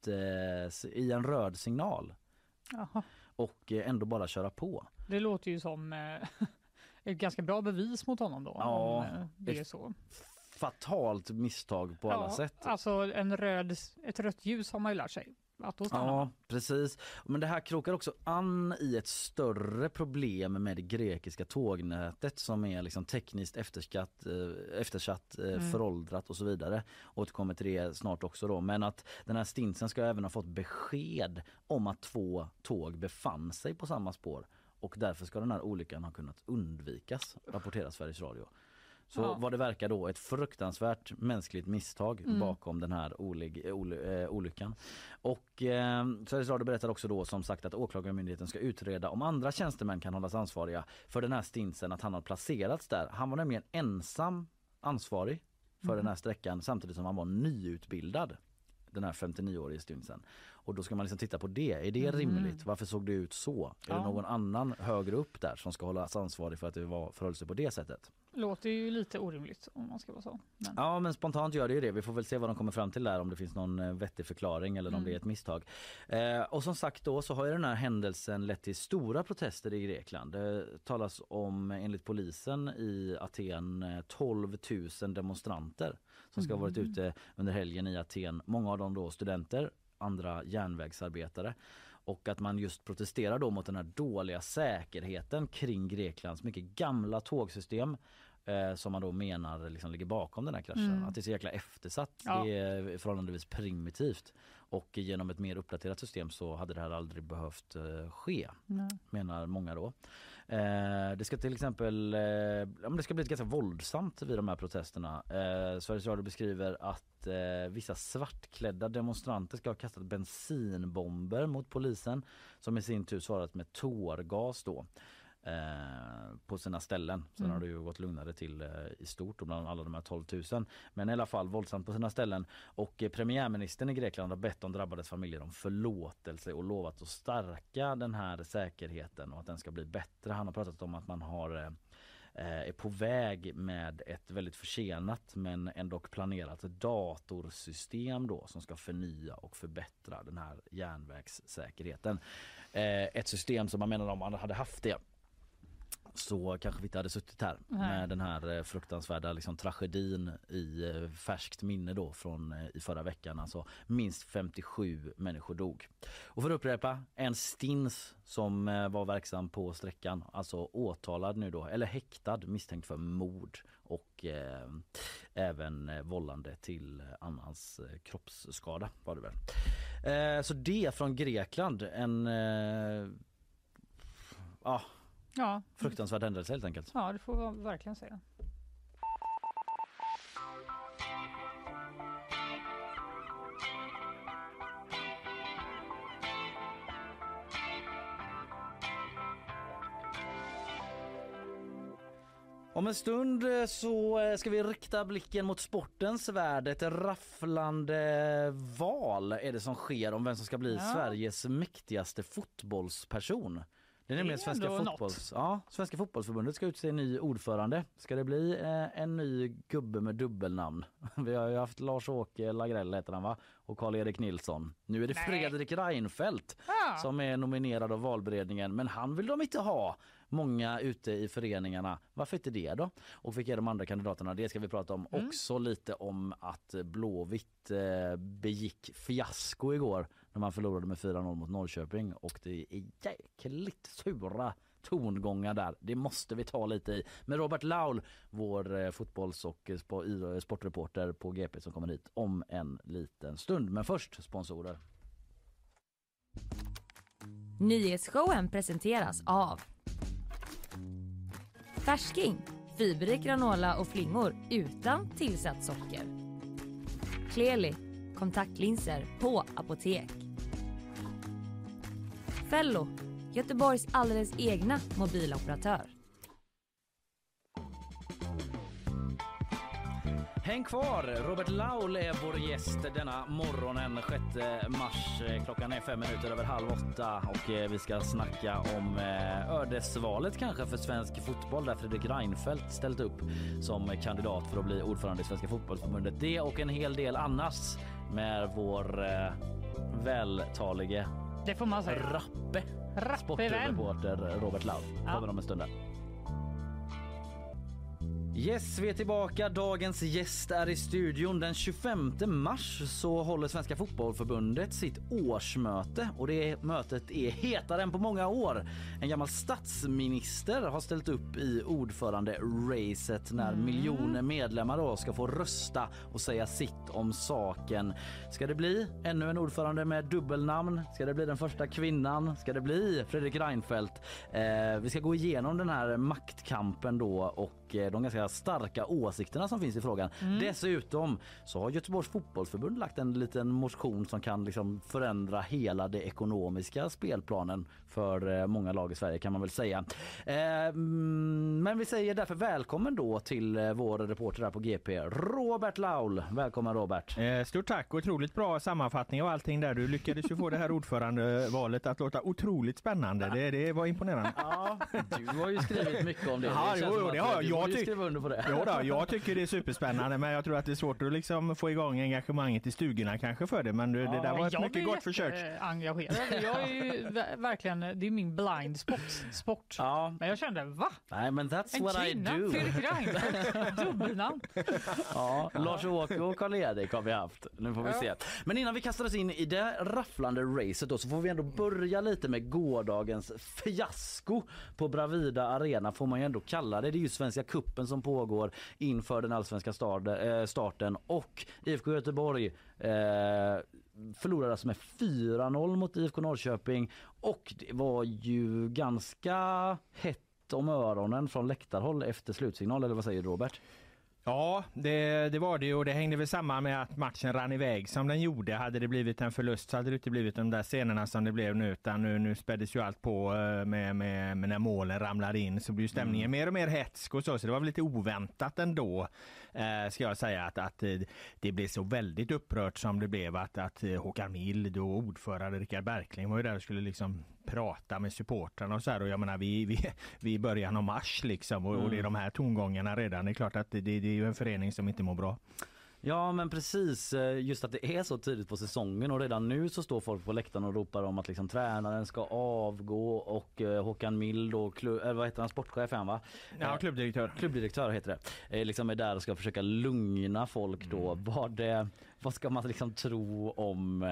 en röd signal. Jaha. Och ändå bara köra på. Det låter ju som ett ganska bra bevis mot honom då. Ja, om det är så. Fatalt misstag på alla sätt. Alltså ett rött ljus har man ju lärt sig. Ja, precis. Men det här krokar också an i ett större problem med det grekiska tågnätet som är liksom tekniskt eftersatt, föråldrat och så vidare. Återkommer till det snart också då. Men att den här stinsen ska även ha fått besked om att 2 tåg befann sig på samma spår. Och därför ska den här olyckan ha kunnat undvikas, rapporterar Sveriges Radio. Så vad det verkar då ett fruktansvärt mänskligt misstag bakom den här olyckan. Och Sveriges Radio berättar också då som sagt att åklagarmyndigheten ska utreda om andra tjänstemän kan hållas ansvariga för den här stinsen, att han har placerats där. Han var nämligen ensam ansvarig för den här sträckan samtidigt som han var nyutbildad, den här 59-årige stinsen. Och då ska man liksom titta på det. Är det rimligt? Varför såg det ut så? Är det någon annan högre upp där som ska hållas ansvarig för att det förhöll sig på det sättet? Låter ju lite orimligt om man ska vara så. Men... Ja, men spontant gör det ju det. Vi får väl se vad de kommer fram till där, om det finns någon vettig förklaring eller om det är ett misstag. Och som sagt då så har ju den här händelsen lett till stora protester i Grekland. Det talas om, enligt polisen i Aten, 12 000 demonstranter som ska ha varit ute under helgen i Aten. Många av dem då studenter, andra järnvägsarbetare. Och att man just protesterar då mot den här dåliga säkerheten kring Greklands mycket gamla tågsystem som man då menar liksom ligger bakom den här kraschen. Att det är så jäkla eftersatt, det är förhållandevis primitivt. Och genom ett mer uppdaterat system så hade det här aldrig behövt ske, menar många då. Det ska till exempel det ska bli ganska våldsamt vid de här protesterna. Sveriges Radio beskriver att vissa svartklädda demonstranter ska ha kastat bensinbomber mot polisen som i sin tur svarat med tårgas då på sina ställen. Sen har det ju gått lugnare till i stort och bland alla de här 12 000. Men i alla fall våldsamt på sina ställen. Och premiärministern i Grekland har bett de drabbades familjer om förlåtelse och lovat att stärka den här säkerheten och att den ska bli bättre. Han har pratat om att man är på väg med ett väldigt försenat men ändå planerat datorsystem då som ska förnya och förbättra den här järnvägssäkerheten. Ett system som man menar om man hade haft det så kanske vi inte hade suttit här med den här fruktansvärda liksom, tragedin i färskt minne då från i förra veckan. Alltså minst 57 människor dog. Och för att upprepa, en stins som var verksam på sträckan, alltså åtalad nu då, eller häktad misstänkt för mord och även vållande till annans kroppsskada var det väl. Så det från Grekland, en fruktansvärd händelse helt enkelt. Ja, det får man verkligen säga. Om en stund så ska vi rikta blicken mot sportens värld. Ett rafflande val är det som sker om vem som ska bli Sveriges mäktigaste fotbollsperson. Det är nämligen Svenska fotbollsförbundet ska utse en ny ordförande. Ska det bli en ny gubbe med dubbelnamn? Vi har ju haft Lars-Åke Lagrell heter han, va? Och Karl-Erik Nilsson. Nu är det Fredrik Reinfeldt som är nominerad av valberedningen, men han vill de inte ha. Många ute i föreningarna. Varför inte det då? Och vilka är de andra kandidaterna? Det ska vi prata om. Också lite om att Blåvitt begick fiasko igår när man förlorade med 4-0 mot Norrköping. Och det är jäkligt sura tongångar där. Det måste vi ta lite i. Med Robert Laul, vår fotbolls- och sportreporter på GP som kommer hit om en liten stund. Men först sponsorer. Nyhetsshowen presenteras av Färsking, fiberrik granola och flingor utan tillsatt socker. Clearly, kontaktlinser på apotek. Fello, Göteborgs alldeles egna mobiloperatör. Häng kvar! Robert Laul är vår gäst denna morgonen 6 mars. Klockan är 7:05 och vi ska snacka om ödesvalet kanske för svensk fotboll där Fredrik Reinfeldt ställt upp som kandidat för att bli ordförande i Svenska fotbollsförbundet. Det och en hel del annars med vår vältalige, det får man säga, rappe sportreporter Robert Laul. Kommer om en stund där. Yes, vi är tillbaka. Dagens gäst är i studion. Den 25 mars så håller Svenska fotbollsförbundet sitt årsmöte och det mötet är hetare än på många år. En gammal statsminister har ställt upp i ordförande-racet när miljoner medlemmar då ska få rösta och säga sitt om saken. Ska det bli ännu en ordförande med dubbelnamn? Ska det bli den första kvinnan? Ska det bli Fredrik Reinfeldt? Vi ska gå igenom den här maktkampen då och de ganska starka åsikterna som finns i frågan. Dessutom så har Göteborgs fotbollsförbund lagt en liten motion som kan liksom förändra hela det ekonomiska spelplanen för många lag i Sverige kan man väl säga. Men vi säger därför välkommen då till vår reporter här på GP, Robert Laul. Välkommen Robert. Stort tack och otroligt bra sammanfattning av allting där. Du lyckades ju få det här ordförandevalet att låta otroligt spännande. Det var imponerande. Ja, du har ju skrivit mycket om det. Ja, det har jag. Jag tycker det är superspännande, men jag tror att det är svårt att liksom få igång engagemanget i stugorna kanske för det, men det där var ett mycket gott försök. Engagerad. Jag är ju verkligen, det är min blind sport. Ja. Men jag kände, va? Nej, men that's what I do. Fredrik Reinfeldt, dubbelnamn. Ja, Lars-Åke och Karl-Erik har vi haft. Nu får vi se. Men innan vi kastar oss in i det rafflande racet då, så får vi ändå börja lite med gårdagens fiasko på Bravida Arena, får man ju ändå kalla det. Det är ju Svenska kuppen som pågår inför den allsvenska starten och IFK Göteborg förlorade alltså med 4-0 mot IFK Norrköping och det var ju ganska hett om öronen från läktarhåll efter slutsignal, eller vad säger du Robert? Ja, det var det och det hängde väl samman med att matchen rann iväg som den gjorde. Hade det blivit en förlust så hade det inte blivit de där scenerna som det blev nu, utan nu späddes ju allt på med när målen ramlar in så blir ju stämningen mer och mer hetsk och så det var väl lite oväntat ändå ska jag säga att det blev så väldigt upprört som det blev att Håkan Mild och ordförande Rickard Berkling var ju där och skulle liksom prata med supportrarna och så här, och jag menar vi början av mars liksom och det är de här tongångarna redan. Det är klart att det är ju en förening som inte mår bra. Ja men precis, just att det är så tidigt på säsongen och redan nu så står folk på läktaren och ropar om att liksom tränaren ska avgå och Håkan Mild och vad heter han, sportchef va? Ja, klubbdirektör heter det. Liksom är där och ska försöka lugna folk då. Vad ska man liksom tro om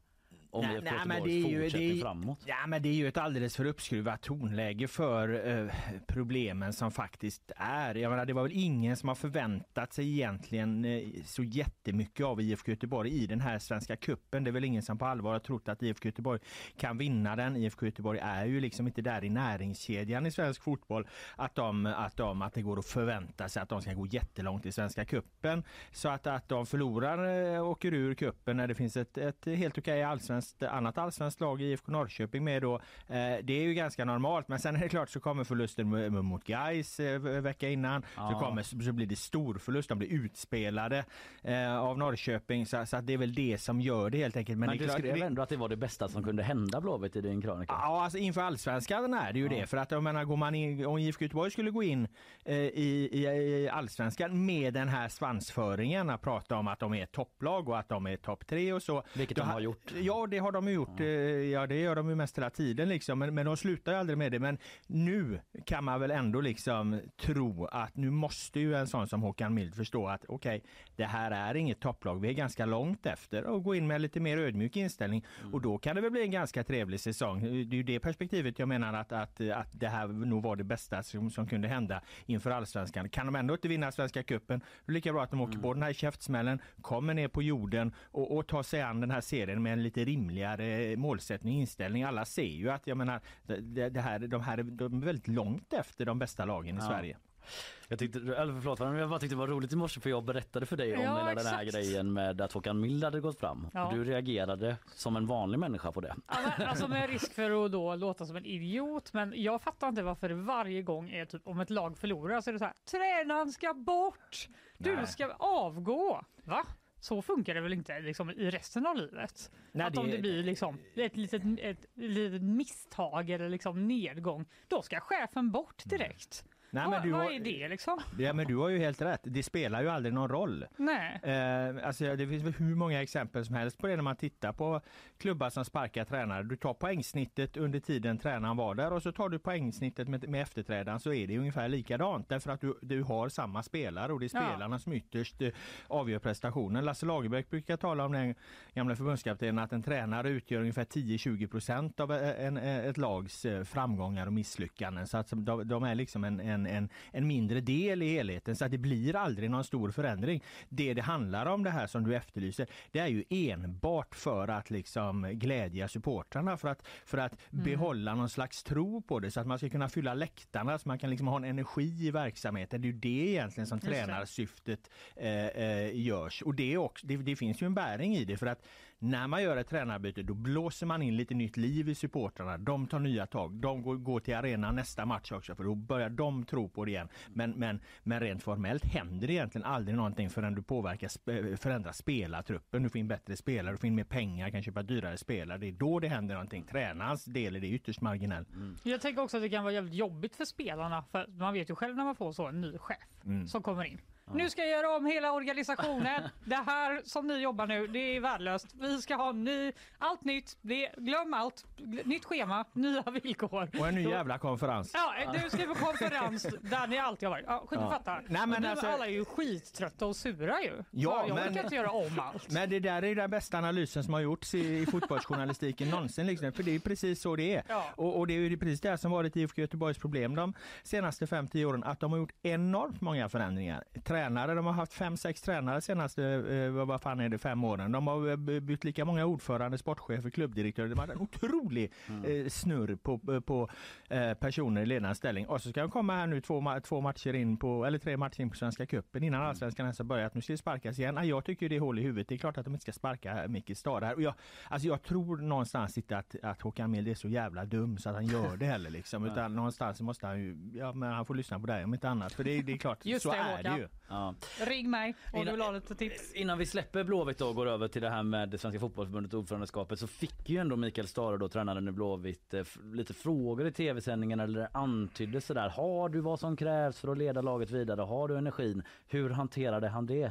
men det är ju ett alldeles för uppskruvat tonläge för problemen som faktiskt är. Jag menar, det var väl ingen som har förväntat sig egentligen så jättemycket av IFK Göteborg i den här Svenska kuppen. Det är väl ingen som på allvar har trott att IFK Göteborg kan vinna den. IFK Göteborg är ju liksom inte där i näringskedjan i svensk fotboll att det går att förvänta sig att de ska gå jättelångt i Svenska kuppen. Så att de förlorar åker ur kuppen när det finns ett helt okej allsvenskt annat allsvenskt lag, IFK Norrköping, med då. Det är ju ganska normalt, men sen är det klart så kommer förlusten mot Gais vecka innan, så blir det stor förlust, de blir utspelade av Norrköping, så att det är väl det som gör det helt enkelt. Men du skrev ändå att det var det bästa som kunde hända Blåvitt i din krönika. Ja, alltså inför allsvenskan är det ju det, för att jag menar, går man in, om IFK Göteborg skulle gå in i allsvenskan med den här svansföringen, att prata om att de är topplag och att de är topp 3 och så. Vilket de har gjort. Ja, det har de gjort. Ja, det gör de ju mest hela tiden liksom, men de slutar ju aldrig med det. Men nu kan man väl ändå liksom tro att nu måste ju en sån som Håkan Mild förstå att okej, det här är inget topplag. Vi är ganska långt efter, och gå in med lite mer ödmjuk inställning. Och då kan det väl bli en ganska trevlig säsong. Det är ju det perspektivet jag menar att det här nog var det bästa som kunde hända inför allsvenskan. Kan de ändå inte vinna Svenska cupen, det är lika bra att de åker på den här käftsmällen, kommer ner på jorden och tar sig an den här serien med en lite rimligare målsättning och inställning. Alla ser ju att jag menar, de är väldigt långt efter de bästa lagen i Sverige. Jag tyckte det var roligt i morse, för jag berättade för dig om hela den här grejen med att Håkan Mild hade gått fram. Ja. Och du reagerade som en vanlig människa på det. Ja, men, alltså med risk för att då låta som en idiot, men jag fattar inte varför det varje gång är typ om ett lag förlorar så är det så här: tränaren ska bort, du ska avgå. Va? Så funkar det väl inte liksom i resten av livet? Nej, att om det blir liksom ett litet misstag eller liksom nedgång, då ska chefen bort direkt. Nej, men vad är det liksom? Ja, men du har ju helt rätt. Det spelar ju aldrig någon roll. Nej. Alltså det finns väl hur många exempel som helst på det när man tittar på klubbar som sparkar tränare. Du tar poängsnittet under tiden tränaren var där, och så tar du poängsnittet med efterträdaren, så är det ungefär likadant. Därför att du har samma spelare, och det är spelarna som ytterst avgör prestationen. Lasse Lagerbäck brukar tala om den gamla förbundskaptenen, att en tränare utgör ungefär 10-20% av ett lags framgångar och misslyckanden. Så att de är liksom en mindre del i helheten, så att det blir aldrig någon stor förändring. Det handlar om, det här som du efterlyser, det är ju enbart för att liksom glädja supportrarna, för att behålla någon slags tro på det, så att man ska kunna fylla läktarna, så man kan liksom ha en energi i verksamheten. Det är ju det egentligen som tränarsyftet görs. Och det finns ju en bäring i det, för att när man gör ett tränarbyte, då blåser man in lite nytt liv i supportrarna. De tar nya tag. De går till arenan nästa match också, för då börjar de tro på det igen. Men rent formellt händer det egentligen aldrig någonting förrän du förändrar spelartruppen. Du får in bättre spelare, du får in mer pengar, kan köpa dyrare spelare. Det är då det händer någonting. Tränarens del är det ytterst marginellt. Jag tänker också att det kan vara jävligt jobbigt för spelarna, för man vet ju själv när man får så en ny chef som kommer in. Nu ska jag göra om hela organisationen. Det här som ni jobbar nu, det är värdelöst. Vi ska ha allt nytt. Glöm allt. Nytt schema, nya villkor. Och en ny jävla konferens. Ja, du ska på konferens där ni alltid har varit. Ja, du fattar. Nej, men alltså, alla är ju skittrötta och sura ju. Ja, jag kan inte göra om allt. Men det där är den bästa analysen som har gjorts i fotbollsjournalistiken någonsin. Liksom, för det är precis så det är. Ja. Och det är ju precis det som varit IFK Göteborgs problem de senaste 5-10 åren. Att de har gjort enormt många förändringar. Tränare, de har haft 5-6 tränare senaste, vad fan är det, 5 åren. De har bytt lika många ordförande, sportchefer, klubbdirektörer. De har en otrolig snurr på personer i ledande ställning. Och så ska de komma här nu 2 matcher in på, eller 3 matcher in på Svenska cupen innan allsvenskan ens har börjat. Nu ska det sparkas igen. Jag tycker det är hål i huvudet. Det är klart att de inte ska sparka Micke Stad här. Och jag tror någonstans inte att Håkan Mild är så jävla dum så att han gör det heller liksom. Utan någonstans måste han ju, men han får lyssna på det om inte annat. För det är klart, just så det, är det ju. Ja. Ring mig och du vill ha lite tips. Innan vi släpper Blåvitt och går över till det här med det Svenska fotbollsförbundet och ordförandeskapet, så fick ju ändå Mikael Stahre, då tränaren i Blåvitt, lite frågor i tv-sändningen, eller antydde sådär: har du vad som krävs för att leda laget vidare? Har du energin? Hur hanterade han det?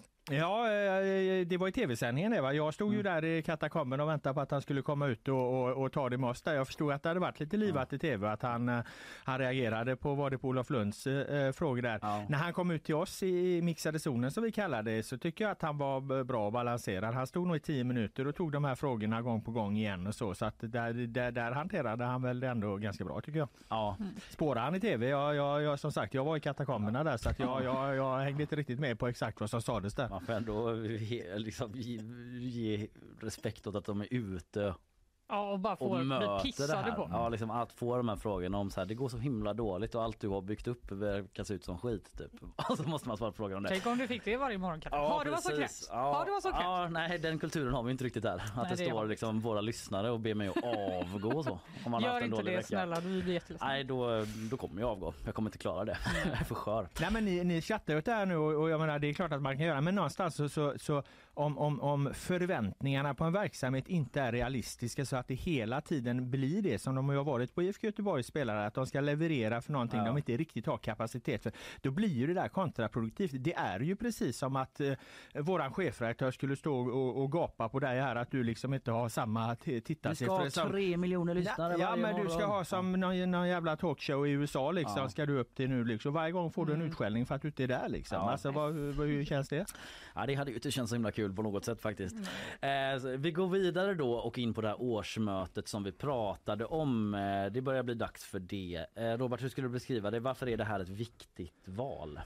Ja, det var i tv-sändningen det, va? Jag stod ju där i katakomben och väntade på att han skulle komma ut och ta det med oss där. Jag förstod att det hade varit lite livat i tv, att han reagerade på Olof Lunds frågor där. Ja. När han kom ut till oss i mixade zonen, som vi kallar det, så tycker jag att han var bra och balanserad. Han stod nog i 10 minuter och tog de här frågorna gång på gång igen och så att där hanterade han väl ändå ganska bra, tycker jag. Ja. Spårade han i tv? Jag som sagt, jag var i katakomberna där, så att jag hängde inte riktigt med på exakt vad som sades där. Man får ändå liksom ge respekt åt att de är ute Ja, och bara få bli pissade på. Ja, liksom att få de här frågorna om så här, det går så himla dåligt och allt du har byggt upp kan se ut som skit typ. Och så måste man svara på frågan om det. Tänk om du fick det varje morgon. Ja, det var så kräft. Ja, nej, den kulturen har vi inte riktigt där. Att det står liksom våra lyssnare och ber mig att avgå så. Om man gör inte det vecka. Snälla, du blir jätteledsen. Nej, då kommer jag avgå. Jag kommer inte klara det. Jag är för skör. Nej, men ni chattar ut det här nu och jag menar, det är klart att man kan göra, men någonstans så om förväntningarna på en verksamhet inte är realistiska så att det hela tiden blir det som de har varit på IFK Göteborgs spelare, att de ska leverera för någonting de inte riktigt har kapacitet för, då blir ju det där kontraproduktivt. Det är ju precis som att våran chefredaktör skulle stå och gapa på dig här att du liksom inte har samma tittarsiffror. Du ska ha 3 miljoner lyssnare. Ja, men du ska ha som någon jävla talkshow i USA liksom, ska du upp till nu liksom. Varje gång får du en utskällning för att du inte är där liksom. Alltså, hur känns det? Ja, det hade ju inte känts så himla kul på något sätt faktiskt. Vi går vidare då och in på det här årsmötet som vi pratade om. Det börjar bli dags för det. Robert, hur skulle du beskriva det? Varför är det här ett viktigt val?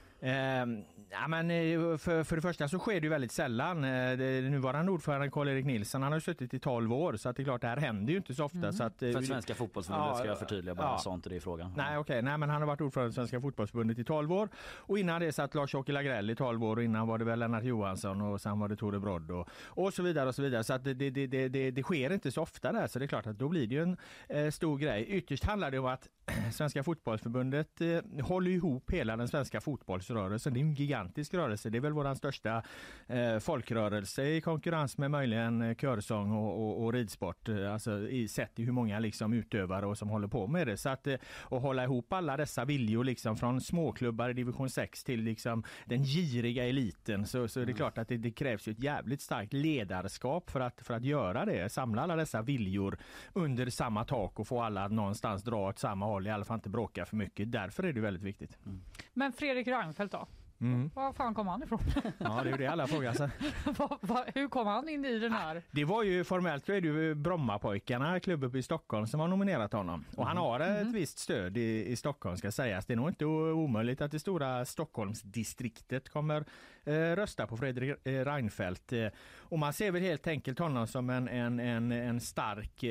Ja, men för det första så sker det ju väldigt sällan. Nuvarande ordförande Karl-Erik Nilsson, han har suttit i 12 år, så att det är klart, det här händer ju inte så ofta. Så att, för Svenska fotbollsförbundet ska jag förtydliga bara, sa inte det i frågan. Nej, men han har varit ordförande i Svenska fotbollsförbundet i 12 år. Och innan det satt Lars-Åke Lagrell i 12 år, och innan var det väl Lennart Johansson och sen var det Tore Brodd och så vidare och så vidare. Så att det sker inte så ofta där, så det är klart att då blir det ju en stor grej. Ytterst handlar det om att Svenska fotbollsförbundet håller ihop hela den svenska fotbollsrörelsen. Det är en gigantisk rörelse. Det är väl vår största folkrörelse i konkurrens med möjligen körsång och ridsport. Alltså sett i hur många liksom utövare och som håller på med det. Så att hålla ihop alla dessa viljor liksom från småklubbar i division 6 till liksom den giriga eliten, så är det klart att det krävs ju ett jävligt starkt ledarskap för att göra det. Samla alla dessa viljor under samma tak och få alla att någonstans dra åt samma håll, i alla fall inte bråka för mycket. Därför är det väldigt viktigt. Men Fredrik Reinfeldt då? Var fan kom han ifrån? Ja, det är ju det alla frågar sig. Hur kom han in i den här? Det var ju formellt så är det ju Brommapojkarna, klubben i Stockholm, som har nominerat honom. Och han har ett visst stöd i Stockholm, ska sägas. Det är nog inte omöjligt att det stora Stockholmsdistriktet kommer rösta på Fredrik Reinfeldt. Och man ser väl helt enkelt honom som en stark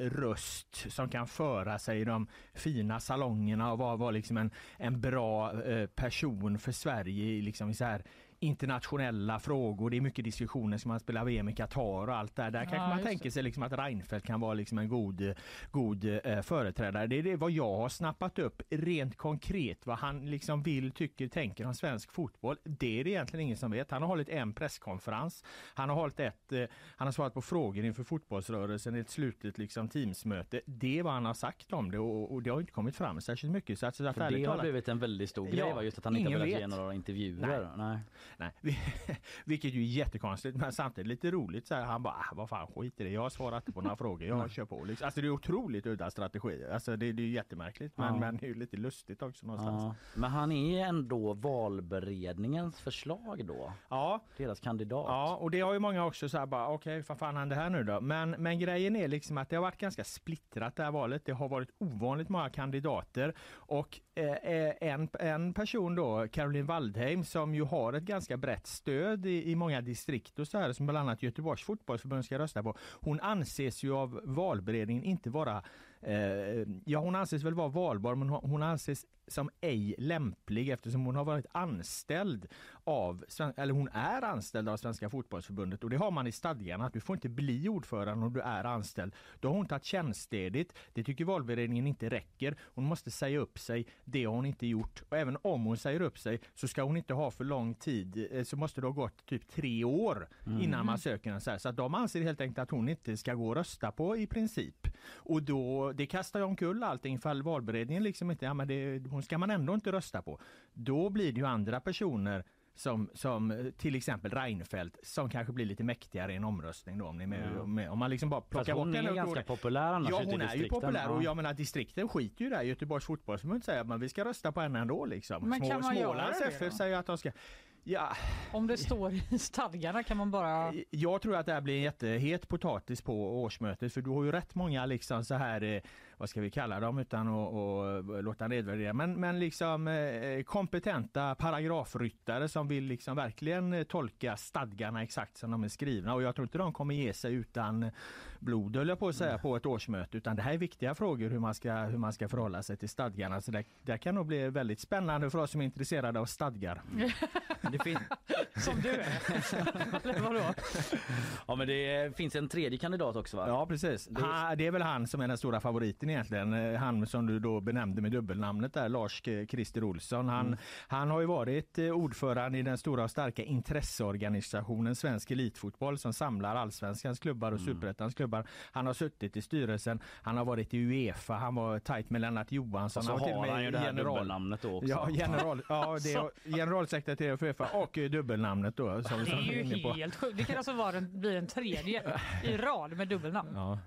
röst som kan föra sig i de fina salongerna och vara liksom en bra person för Sverige liksom i så här internationella frågor. Det är mycket diskussioner som man spelar VM i Qatar och allt där. Där kanske man tänker sig liksom att Reinfeldt kan vara liksom en god företrädare. Det är det vad jag har snappat upp rent konkret. Vad han liksom vill, tycker, tänker om svensk fotboll. Det är det egentligen ingen som vet. Han har hållit en presskonferens. Han har svarat på frågor inför fotbollsrörelsen i ett slutet liksom teamsmöte. Det är vad han har sagt om det, och det har inte kommit fram särskilt mycket. Så att det har blivit en väldigt stor grej, just att han inte har velat ge några intervjuer. Nej. Vilket ju är jättekonstigt, men samtidigt lite roligt så här, han bara, vad fan, skit i det, jag har svarat på några frågor, jag kör på liksom. Alltså det är otroligt udda strategi, alltså det är ju jättemärkligt, men det är ju lite lustigt också någonstans. Ja. Men han är ändå valberedningens förslag då? Ja. Deras kandidat? Ja, och det har ju många också så här bara, okej, vad fan är det här nu då? Men grejen är liksom att det har varit ganska splittrat det här valet, det har varit ovanligt många kandidater, och en person då, Caroline Waldheim, som ju har ett ganska brett stöd i många distrikt och så här, som bland annat Göteborgs fotbollsförbund ska rösta på. Hon anses ju av valberedningen inte vara hon anses väl vara valbar, men hon anses som ej lämplig eftersom hon har varit anställd hon är anställd av Svenska fotbollsförbundet, och det har man i stadgarna att du får inte bli ordförande om du är anställd. Då har hon tagit tjänstledigt. Det tycker valberedningen inte räcker. Hon måste säga upp sig. Det har hon inte gjort. Och även om hon säger upp sig så ska hon inte ha för lång tid. Så måste det ha gått typ 3 år innan man söker en. Så att de anser helt enkelt att hon inte ska gå och rösta på i princip. Och då, det kastar ju omkull allting, för valberedningen liksom inte, hon ska man ändå inte rösta på. Då blir det ju andra personer som till exempel Reinfeldt, som kanske blir lite mäktigare i en omröstning då, om man liksom bara plockar bort henne. Hon är ganska populär annars. Ja, hon är ju populär, och jag menar distrikten skiter ju där. Göteborgs fotbollsförbund säger att vi ska rösta på henne ändå liksom. Men kan man Smålands göra FF säger att de ska... Ja. Om det står i stadgarna kan man bara... Jag tror att det här blir en jättehet potatis på årsmötet, för du har ju rätt många liksom så här, vad ska vi kalla dem utan att låta nedvärdera, men liksom kompetenta paragrafryttare som vill liksom verkligen tolka stadgarna exakt som de är skrivna, och jag tror inte de kommer ge sig blod, höll jag på att säga, på ett årsmöte, utan det här är viktiga frågor hur man ska förhålla sig till stadgarna. Så det kan nog bli väldigt spännande för oss som är intresserade av stadgar. Som du är. Eller vadå? Ja, men det finns en tredje kandidat också, va? Ja, precis. Det är väl han som är den stora favoriten egentligen. Han som du då benämnde med dubbelnamnet där, Lars-Christer Olsson. Han har ju varit ordförande i den stora och starka intresseorganisationen Svensk Elitfotboll som samlar allsvenskans klubbar och superettans klubbar. Han har suttit i styrelsen, han har varit i UEFA, han var tajt med Lennart Johansson. Så har han ju det här dubbelnamnet då också. Ja, det är generalsekreterare för UEFA och dubbelnamnet då. Som det är ju helt sjukt. Det kan alltså bli en tredje i rad med dubbelnamn. Ja,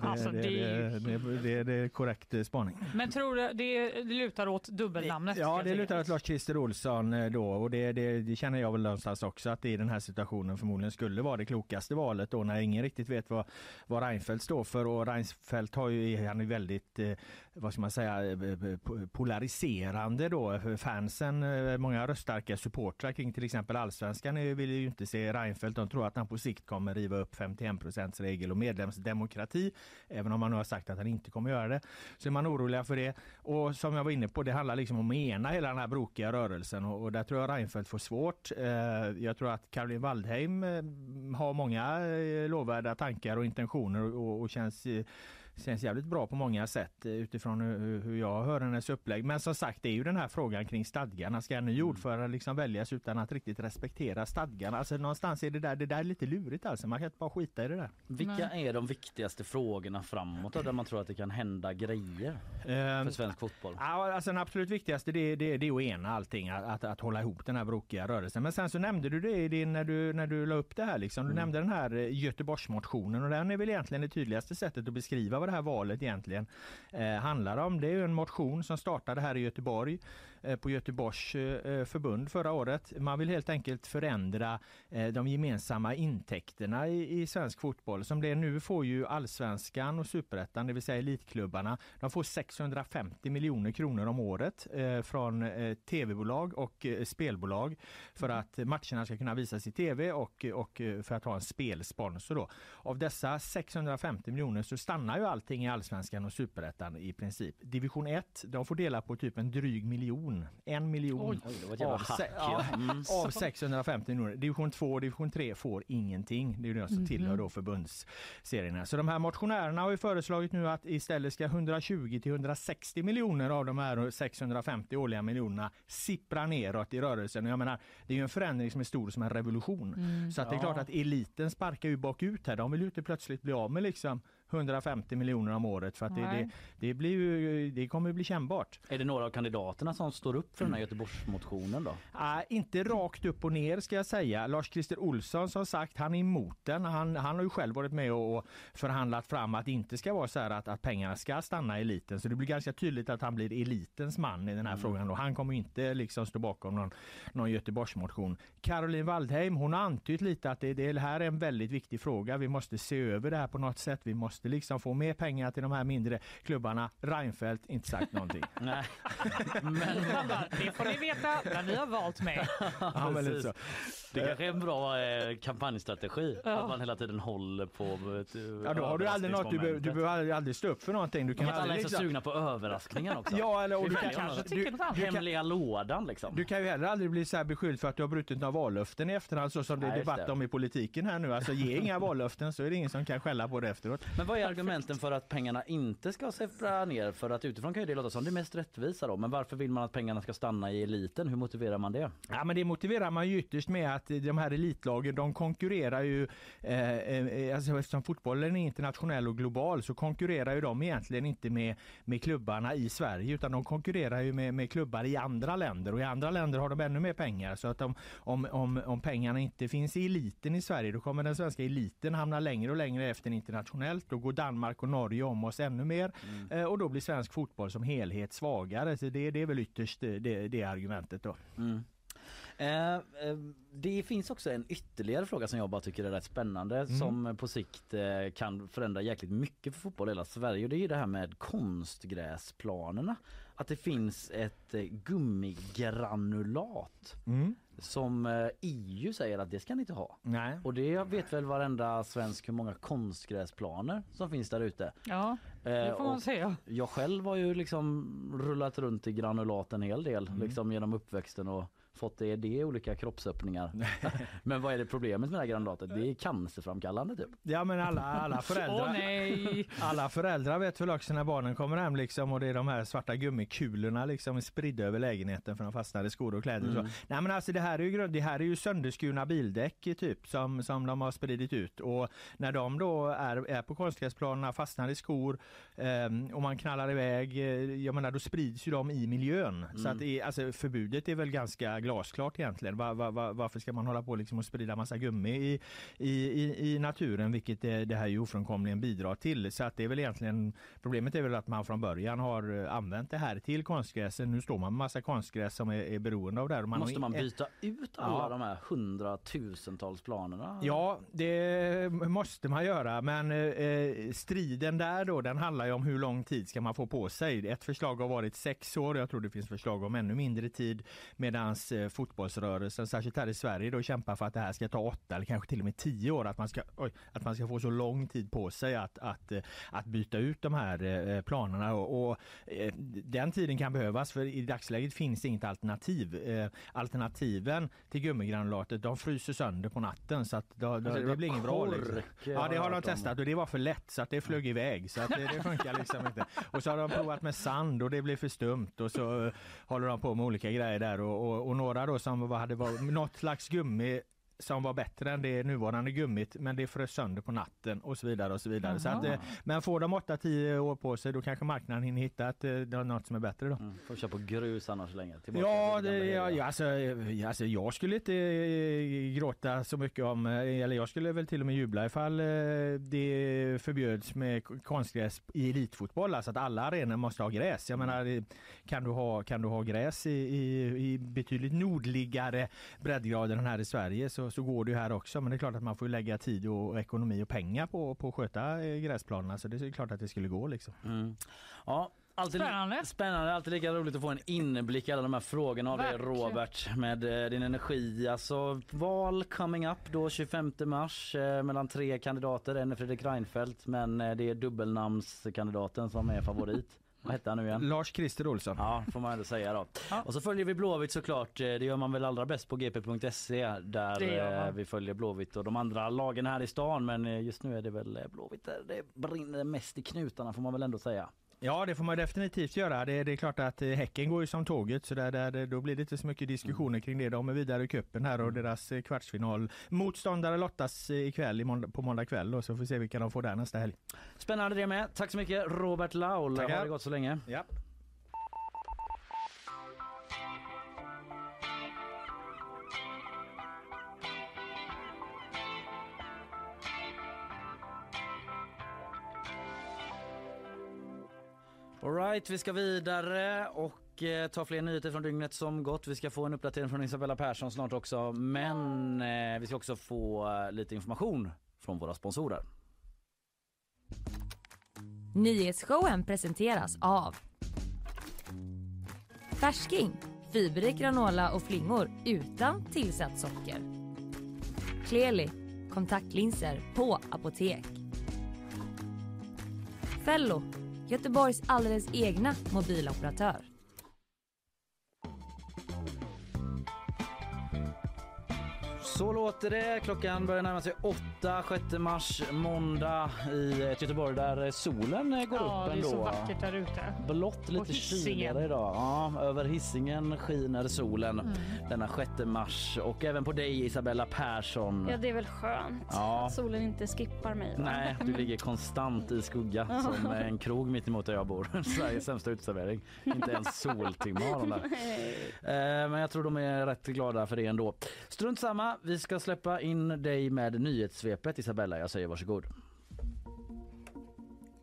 det är korrekt spaning. Men tror du det lutar åt dubbelnamnet? Ja, det lutar åt Lars-Christer Olsson då, och det känner jag väl någonstans också, att det i den här situationen förmodligen skulle vara det klokaste valet då, när ingen riktigt vet vad Reinfeldt står för. Och Reinfeldt han är väldigt vad ska man säga, polariserande då. Fansen, många röststarka supportrar kring till exempel allsvenskan vill ju inte se Reinfeldt. De tror att han på sikt kommer riva upp 51%-regel och medlemsdemokrati, även om man nu har sagt att han inte kommer göra det. Så är man oroliga för det. Och som jag var inne på, det handlar liksom om att ena hela den här brokiga rörelsen, och där tror jag Reinfeldt får svårt. Jag tror att Caroline Waldheim har många lovvärda tankar och intentioner och känns jävligt bra på många sätt utifrån hur jag hör hennes upplägg. Men som sagt, det är ju den här frågan kring stadgarna. Ska en ny ordförande liksom väljas utan att riktigt respektera stadgarna? Alltså någonstans är det där är lite lurigt alltså. Man kan inte bara skita i det där. Vilka är de viktigaste frågorna framåt då, där man tror att det kan hända grejer för svensk fotboll? Ja, alltså den absolut viktigaste det är att ena allting, att hålla ihop den här brokiga rörelsen. Men sen så nämnde du det när du la upp det här liksom. Du nämnde den här Göteborgsmotionen, och den är väl egentligen det tydligaste sättet att beskriva vad det här valet egentligen handlar om. Det är ju en motion som startade här i Göteborg på Göteborgs förbund förra året. Man vill helt enkelt förändra de gemensamma intäkterna i svensk fotboll. Som det är nu får ju allsvenskan och superettan, det vill säga elitklubbarna, de får 650 miljoner kronor om året från tv-bolag och spelbolag för att matcherna ska kunna visas i tv och för att ha en spelsponsor då. Av dessa 650 miljoner så stannar ju allting i allsvenskan och superettan i princip. Division 1, de får dela på typ en dryg miljon. 1 miljon av 650 miljoner. Division 2 och division 3 får ingenting. Det är ju det som tillhör då förbundsserierna. Så de här motionärerna har ju föreslagit nu att istället ska 120 till 160 miljoner av de här 650 årliga miljonerna sippra neråt i rörelsen. Och jag menar, det är ju en förändring som är stor som en revolution. Så att det är klart att eliten sparkar ju bakut här. De vill ju inte plötsligt bli av med liksom 150 miljoner om året, för att det kommer att bli kännbart. Är det några av kandidaterna som står upp för den här Göteborgsmotionen då? Inte rakt upp och ner ska jag säga. Lars-Christer Olsson som sagt, han är emot den. Han har ju själv varit med och förhandlat fram att det inte ska vara så här att pengarna ska stanna i eliten. Så det blir ganska tydligt att han blir elitens man i den här frågan. Och han kommer inte liksom stå bakom någon Göteborgsmotion. Caroline Waldheim, hon har antytt lite att det här är en väldigt viktig fråga. Vi måste se över det här på något sätt. Vi måste liksom få mer pengar till de här mindre klubbarna. Reinfeldt inte sagt någonting. Nej. Men det får ni veta när ni har valt mig. Ja, men så. Det kanske är en bra kampanjstrategi att man hela tiden håller på. Då har du aldrig något, du behöver aldrig stå upp för någonting. Du kan alla är så sugna på överraskningen också. Ja, eller och du kan hemliga lådan liksom. Du kan ju heller aldrig bli så här beskylld för att du har brutit några vallöften i efterhand, så som det är debatt om i politiken här nu. Alltså ge inga vallöften så är det ingen som kan skälla på det efteråt. Men vad är argumenten för att pengarna inte ska sippra ner? För att utifrån kan ju det låta som det mest rättvisa då. Men varför vill man att pengarna ska stanna i eliten? Hur motiverar man det? Ja, men det motiverar man ju ytterst med att de här elitlagen, de konkurrerar ju alltså eftersom fotbollen är internationell och global, så konkurrerar ju de egentligen inte med klubbarna i Sverige, utan de konkurrerar ju med klubbar i andra länder, och i andra länder har de ännu mer pengar. Så att om pengarna inte finns i eliten i Sverige, då kommer den svenska eliten hamna längre och längre efter internationellt. Då går Danmark och Norge om oss ännu mer och då blir svensk fotboll som helhet svagare. Så det är väl ytterst det argumentet då. Det finns också en ytterligare fråga som jag bara tycker är rätt spännande som på sikt kan förändra jäkligt mycket för fotboll i hela Sverige, och det är ju det här med konstgräsplanerna. Att det finns ett gummigranulat som EU säger att det ska ni inte ha. Nej. Och det vet väl varenda svensk hur många konstgräsplaner som finns där ute. Ja, det får man säga. Jag själv har ju liksom rullat runt i granulat en hel del liksom genom uppväxten och fått det olika kroppsöppningar. Men vad är det problemet med det här granulatet? Det är cancerframkallande typ. Ja, men alla föräldrar. Nej. Alla föräldrar vet väl också när barnen kommer hem liksom, och det är de här svarta gummikulorna liksom spridda över lägenheten för de fastnar i skor och kläder och så. Nej, men alltså det här är ju sönderskurna bildäck typ som de har spridit ut, och när de då är på konstgräsplanerna, fastnar i skor och man knallar iväg, jag menar då sprids ju de i miljön. Så att alltså förbudet är väl ganska glasklart egentligen. Varför ska man hålla på liksom och sprida massa gummi i naturen, vilket det här ju ofrånkomligen bidrar till. Så att det är väl egentligen, problemet är väl att man från början har använt det här till konstgräsen. Nu står man med massa konstgräs som är beroende av det här. Måste man byta ut alla de här 100,000-tals planerna? Ja, det måste man göra, men striden där då, den handlar ju om hur lång tid ska man få på sig. Ett förslag har varit 6 år, jag tror det finns förslag om ännu mindre tid, medans fotbollsrörelsen, särskilt här i Sverige, då kämpar för att det här ska ta 8 eller kanske till och med 10 år, att man ska få så lång tid på sig att byta ut de här planerna, och den tiden kan behövas, för i dagsläget finns det inget alternativ. Alternativen till gummigranulatet, de fryser sönder på natten, så att det blir ingen bra liksom. Ja, det har de testat och det var för lätt så att det flög iväg, så att det funkar liksom inte. Och så har de provat med sand och det blev för stumt, och så håller de på med olika grejer där, och några då som hade något slags gummi som var bättre än det nuvarande gummit, men det frös sönder på natten och så vidare och så vidare. Så att, men får de 8-10 år på sig, då kanske marknaden hinner hitta något som är bättre då. Får köpa på grus annars länge. Alltså jag skulle inte gråta så mycket om, eller jag skulle väl till och med jubla ifall det förbjöds med konstgräs i elitfotboll, alltså att alla arenor måste ha gräs. Jag menar, kan du ha gräs i betydligt nordligare breddgrader än här i Sverige, så går det ju här också, men det är klart att man får lägga tid och ekonomi och pengar på att sköta gräsplanerna, så det är klart att det skulle gå liksom. Ja, spännande, alltid lika roligt att få en inblick i alla de här frågorna av dig, Robert, med din energi. Alltså val coming up då 25 mars mellan 3 kandidater, en är Fredrik Reinfeldt, men det är dubbelnamnskandidaten som är favorit. Vad heter han nu igen? Lars-Christer Olsson. Ja, får man ändå säga då. Ja. Och så följer vi Blåvitt såklart. Det gör man väl allra bäst på gp.se där vi följer Blåvitt och de andra lagen här i stan. Men just nu är det väl Blåvitt där det brinner mest i knutarna, får man väl ändå säga. Ja, det får man definitivt göra. Det är klart att Häcken går ju som tåget, så då blir det inte så mycket diskussioner kring det. De är vidare i cupen här och deras kvartsfinal motståndare lottas ikväll på måndag kväll, och så får vi se vilka de får där nästa helg. Spännande det med. Tack så mycket Robert Laul. Har det gått så länge. Ja. All right, vi ska vidare och ta fler nyheter från dygnet som gått. Vi ska få en uppdatering från Isabella Persson snart också, men vi ska också få lite information från våra sponsorer. Nyhetsshowen presenteras av Färsking, fiberrik granola och flingor utan tillsatt socker. Kleli, kontaktlinser på apotek. Fello, Göteborgs alldeles egna mobiloperatör. Så låter det. Klockan börjar närma sig 8, 6 mars, måndag i Göteborg där solen går upp ändå. Ja, det är så vackert där ute. Blått, lite kyligare idag. Ja, över Hisingen skiner solen denna 6 mars. Och även på dig, Isabella Persson. Ja, det är väl skönt att solen inte skippar mig. Va? Nej, du ligger konstant i skugga som en krog mitt emot där jag bor. Sveriges sämsta utservering. Inte ens soltimmar har de där. Men jag tror de är rätt glada för det ändå. Strunt samma. Vi ska släppa in dig med nyhetssvepet, Isabella. Jag säger varsågod.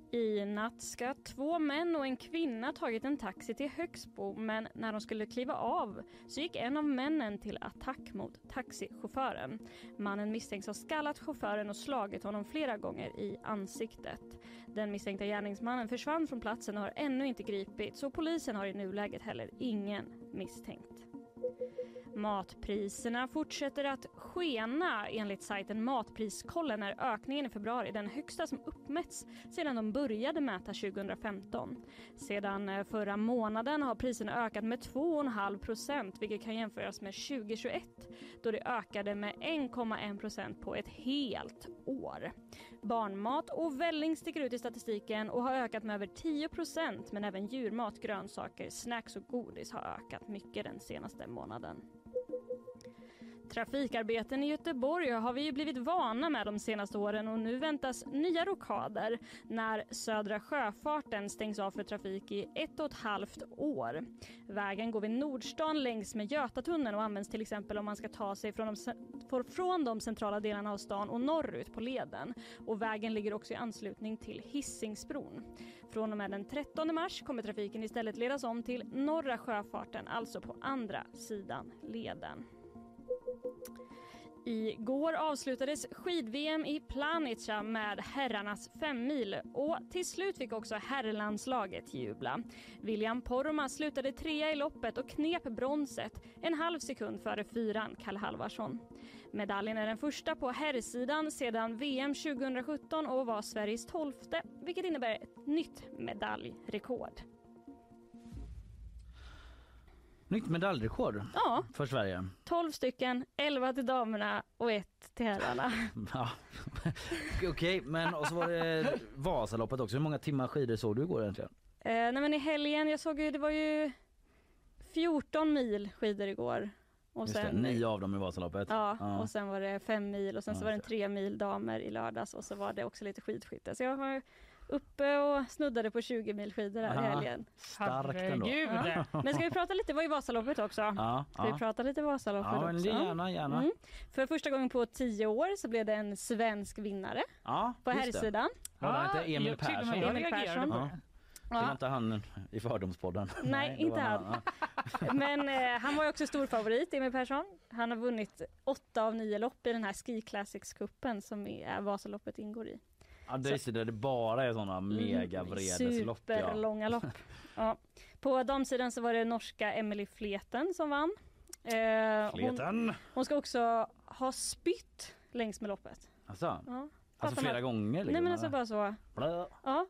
I natt ska 2 män och en kvinna tagit en taxi till Högsbo, men när de skulle kliva av så gick en av männen till attack mot taxichauffören. Mannen misstänks ha skallat chauffören och slagit honom flera gånger i ansiktet. Den misstänkta gärningsmannen försvann från platsen och har ännu inte gripits, så polisen har i nuläget heller ingen misstänkt. Matpriserna fortsätter att skena. Enligt sajten Matpriskollen är ökningen i februari den högsta som uppmätts sedan de började mäta 2015. Sedan förra månaden har priserna ökat med 2,5%, vilket kan jämföras med 2021 då det ökade med 1,1% på ett helt år. Barnmat och välling sticker ut i statistiken och har ökat med över 10%, men även djurmat, grönsaker, snacks och godis har ökat mycket den senaste månaden. Trafikarbeten i Göteborg har vi ju blivit vana med de senaste åren och nu väntas nya rockader när Södra Sjöfarten stängs av för trafik i 1,5 år. Vägen går vid Nordstan längs med Götatunneln och används till exempel om man ska ta sig från de centrala delarna av stan och norrut på leden. Och vägen ligger också i anslutning till Hisingsbron. Från och med den 13 mars kommer trafiken istället ledas om till Norra Sjöfarten, alltså på andra sidan leden. Igår avslutades skid-VM i Planica med herrarnas 5-mil och till slut fick också herrlandslaget jubla. William Poromaa slutade 3 i loppet och knep bronset en halv sekund före 4:an Kalle Halvarsson. Medaljen är den första på herrsidan sedan VM 2017 och var Sveriges 12:e, vilket innebär ett nytt medaljrekord. Nytt medaljrekord för Sverige. 12 stycken, 11 till damerna och 1 till herrarna. Ja. Okej, men och så var det Vasaloppet också. Hur många timmar skidor såg du igår egentligen? Nej, men i helgen, jag såg ju, det var ju 14 mil skidor igår. Och Just sen, det, 9 av dem i Vasaloppet. Ja, och sen var det 5 mil och sen så var det 3 mil damer i lördags och så var det också lite skidskytte. Så jag var uppe och snuddade på 20 mil skidor här i helgen. Starkt ändå. Ja. Men ska vi prata lite, vad i Vasaloppet också? Ska vi prata lite Vasaloppet också? Gärna. För första gången på 10 år så blev det en svensk vinnare på herrsidan. Var det inte Emil Persson? Emil Persson. Det var inte han i Fördomspodden. Nej, inte han. Men han var ju också stor favorit, Emil Persson. Han har vunnit 8 av 9 lopp i den här Ski Classics-cupen som Vasaloppet ingår i. Ja, det bara är sådana mega vredeslopp. Superlånga lopp. Ja. På damsidan så var det norska Emily Fleten som vann. Hon ska också ha spytt längs med loppet. Alltså? Ja. Alltså flera gånger? Liksom. Nej, men alltså bara så. Ja.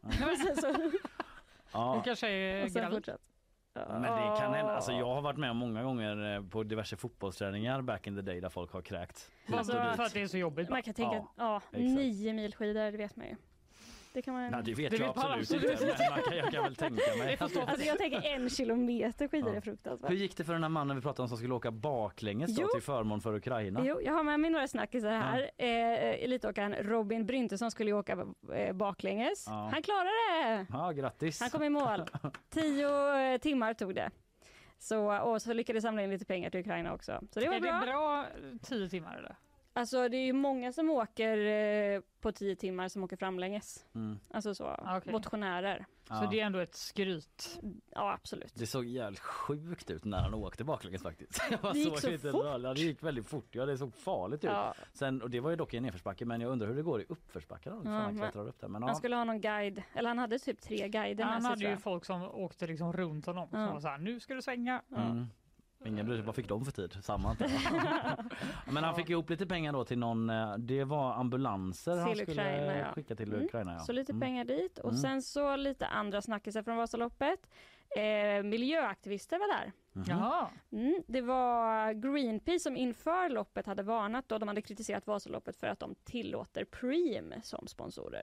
Hon kanske är gravid. Men det kan hända. Alltså jag har varit med många gånger på diverse fotbollsträningar back in the day där folk har kräkt. Alltså, för att det är så jobbigt. Man kan tänka 9 mil skidor, det vet man ju. Det kan man. Nej, det vet jag absolut inte. Men jag kan väl tänka mig. Alltså jag tänker 1 kilometer skidor är fruktansvärt. Hur gick det för den här mannen vi pratade om som skulle åka baklänges då, till förmån för Ukraina? Jo, jag har med mig några snackisar här. Elitåkaren Robin Bryntesson skulle ju åka baklänges. Han klarade det! Ja, grattis. Han kom i mål. 10 timmar tog det. Och så lyckades samla in lite pengar till Ukraina också. Så det var bra. Är det bra 10 timmar eller? Alltså det är ju många som åker på 10 timmar som åker framlänges. Alltså så, motionärer. Så det är ändå ett skryt. Ja, absolut. Det såg jävligt sjukt ut när han åkte baklänges faktiskt. Det gick så fort. Det gick väldigt fort. Ja, det såg farligt ut. Sen, och det var ju dock i en nedförsbacke, men jag undrar hur det går i uppförsbackar. Han skulle ha någon guide, eller han hade typ 3 guider med sig. Han hade ju folk som åkte liksom runt honom som var så här, nu ska du svänga. Vad fick de för tid? Samma inte. Men han fick ihop lite pengar då till någon, det var ambulanser han skulle Ukraina, skicka till Ukraina. Så lite pengar dit och sen så lite andra snackisar från Vasaloppet. Miljöaktivister var där. Det var Greenpeace som inför loppet hade varnat då de hade kritiserat Vasaloppet för att de tillåter Preem som sponsorer.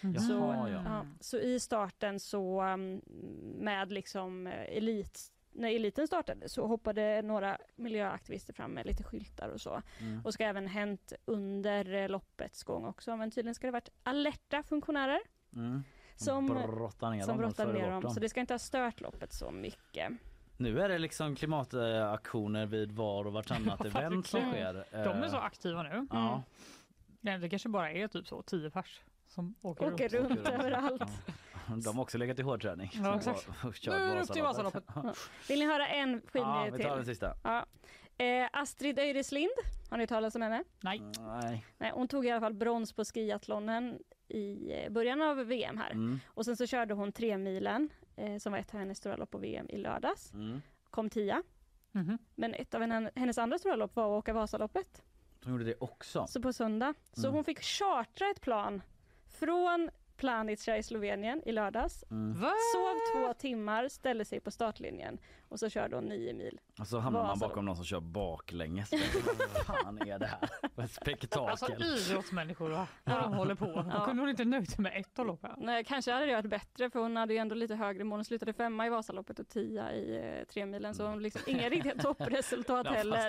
Så i starten så med liksom när eliten startade så hoppade några miljöaktivister fram med lite skyltar och så. Och ska även hänt under loppets gång också. Men tydligen ska det varit alerta funktionärer som brottar ner dem. Så det ska inte ha stört loppet så mycket. Nu är det liksom klimataktioner vid var och vartannat event som sker. De är så aktiva nu. Det kanske bara är typ så 10 pers som åker runt överallt. De har också legat i hårdträning. Ja, exakt. Nu är det upp till Vasaloppet. Vill ni höra en skidnyhet till? Vi tar den sista. Ja. Astrid Öjreslind, har ni talat om henne? Nej. Nej, hon tog i alla fall brons på skiathlonen i början av VM här. Och sen så körde hon 3-milen som var ett av hennes stora lopp på VM i lördags. Kom 10. Men ett av hennes andra stora lopp var att åka Vasaloppet. Hon gjorde det också. Så på söndag. Så hon fick chartra ett plan från Planica i Slovenien i lördags. Sov 2 timmar, ställde sig på startlinjen och så körde hon 9 mil. Och så hamnar man bakom någon som kör baklänges. Vad fan är det här? Vad spektakel. Alltså idrottsmänniskor, vad de håller på. Kunde hon inte nöjt sig med ett av loppen? Nej, kanske hade det varit bättre för hon hade ju ändå lite högre mål. Hon slutade 5 i Vasaloppet och 10 i 3-milen. Så hon liksom inga riktiga toppresultat heller.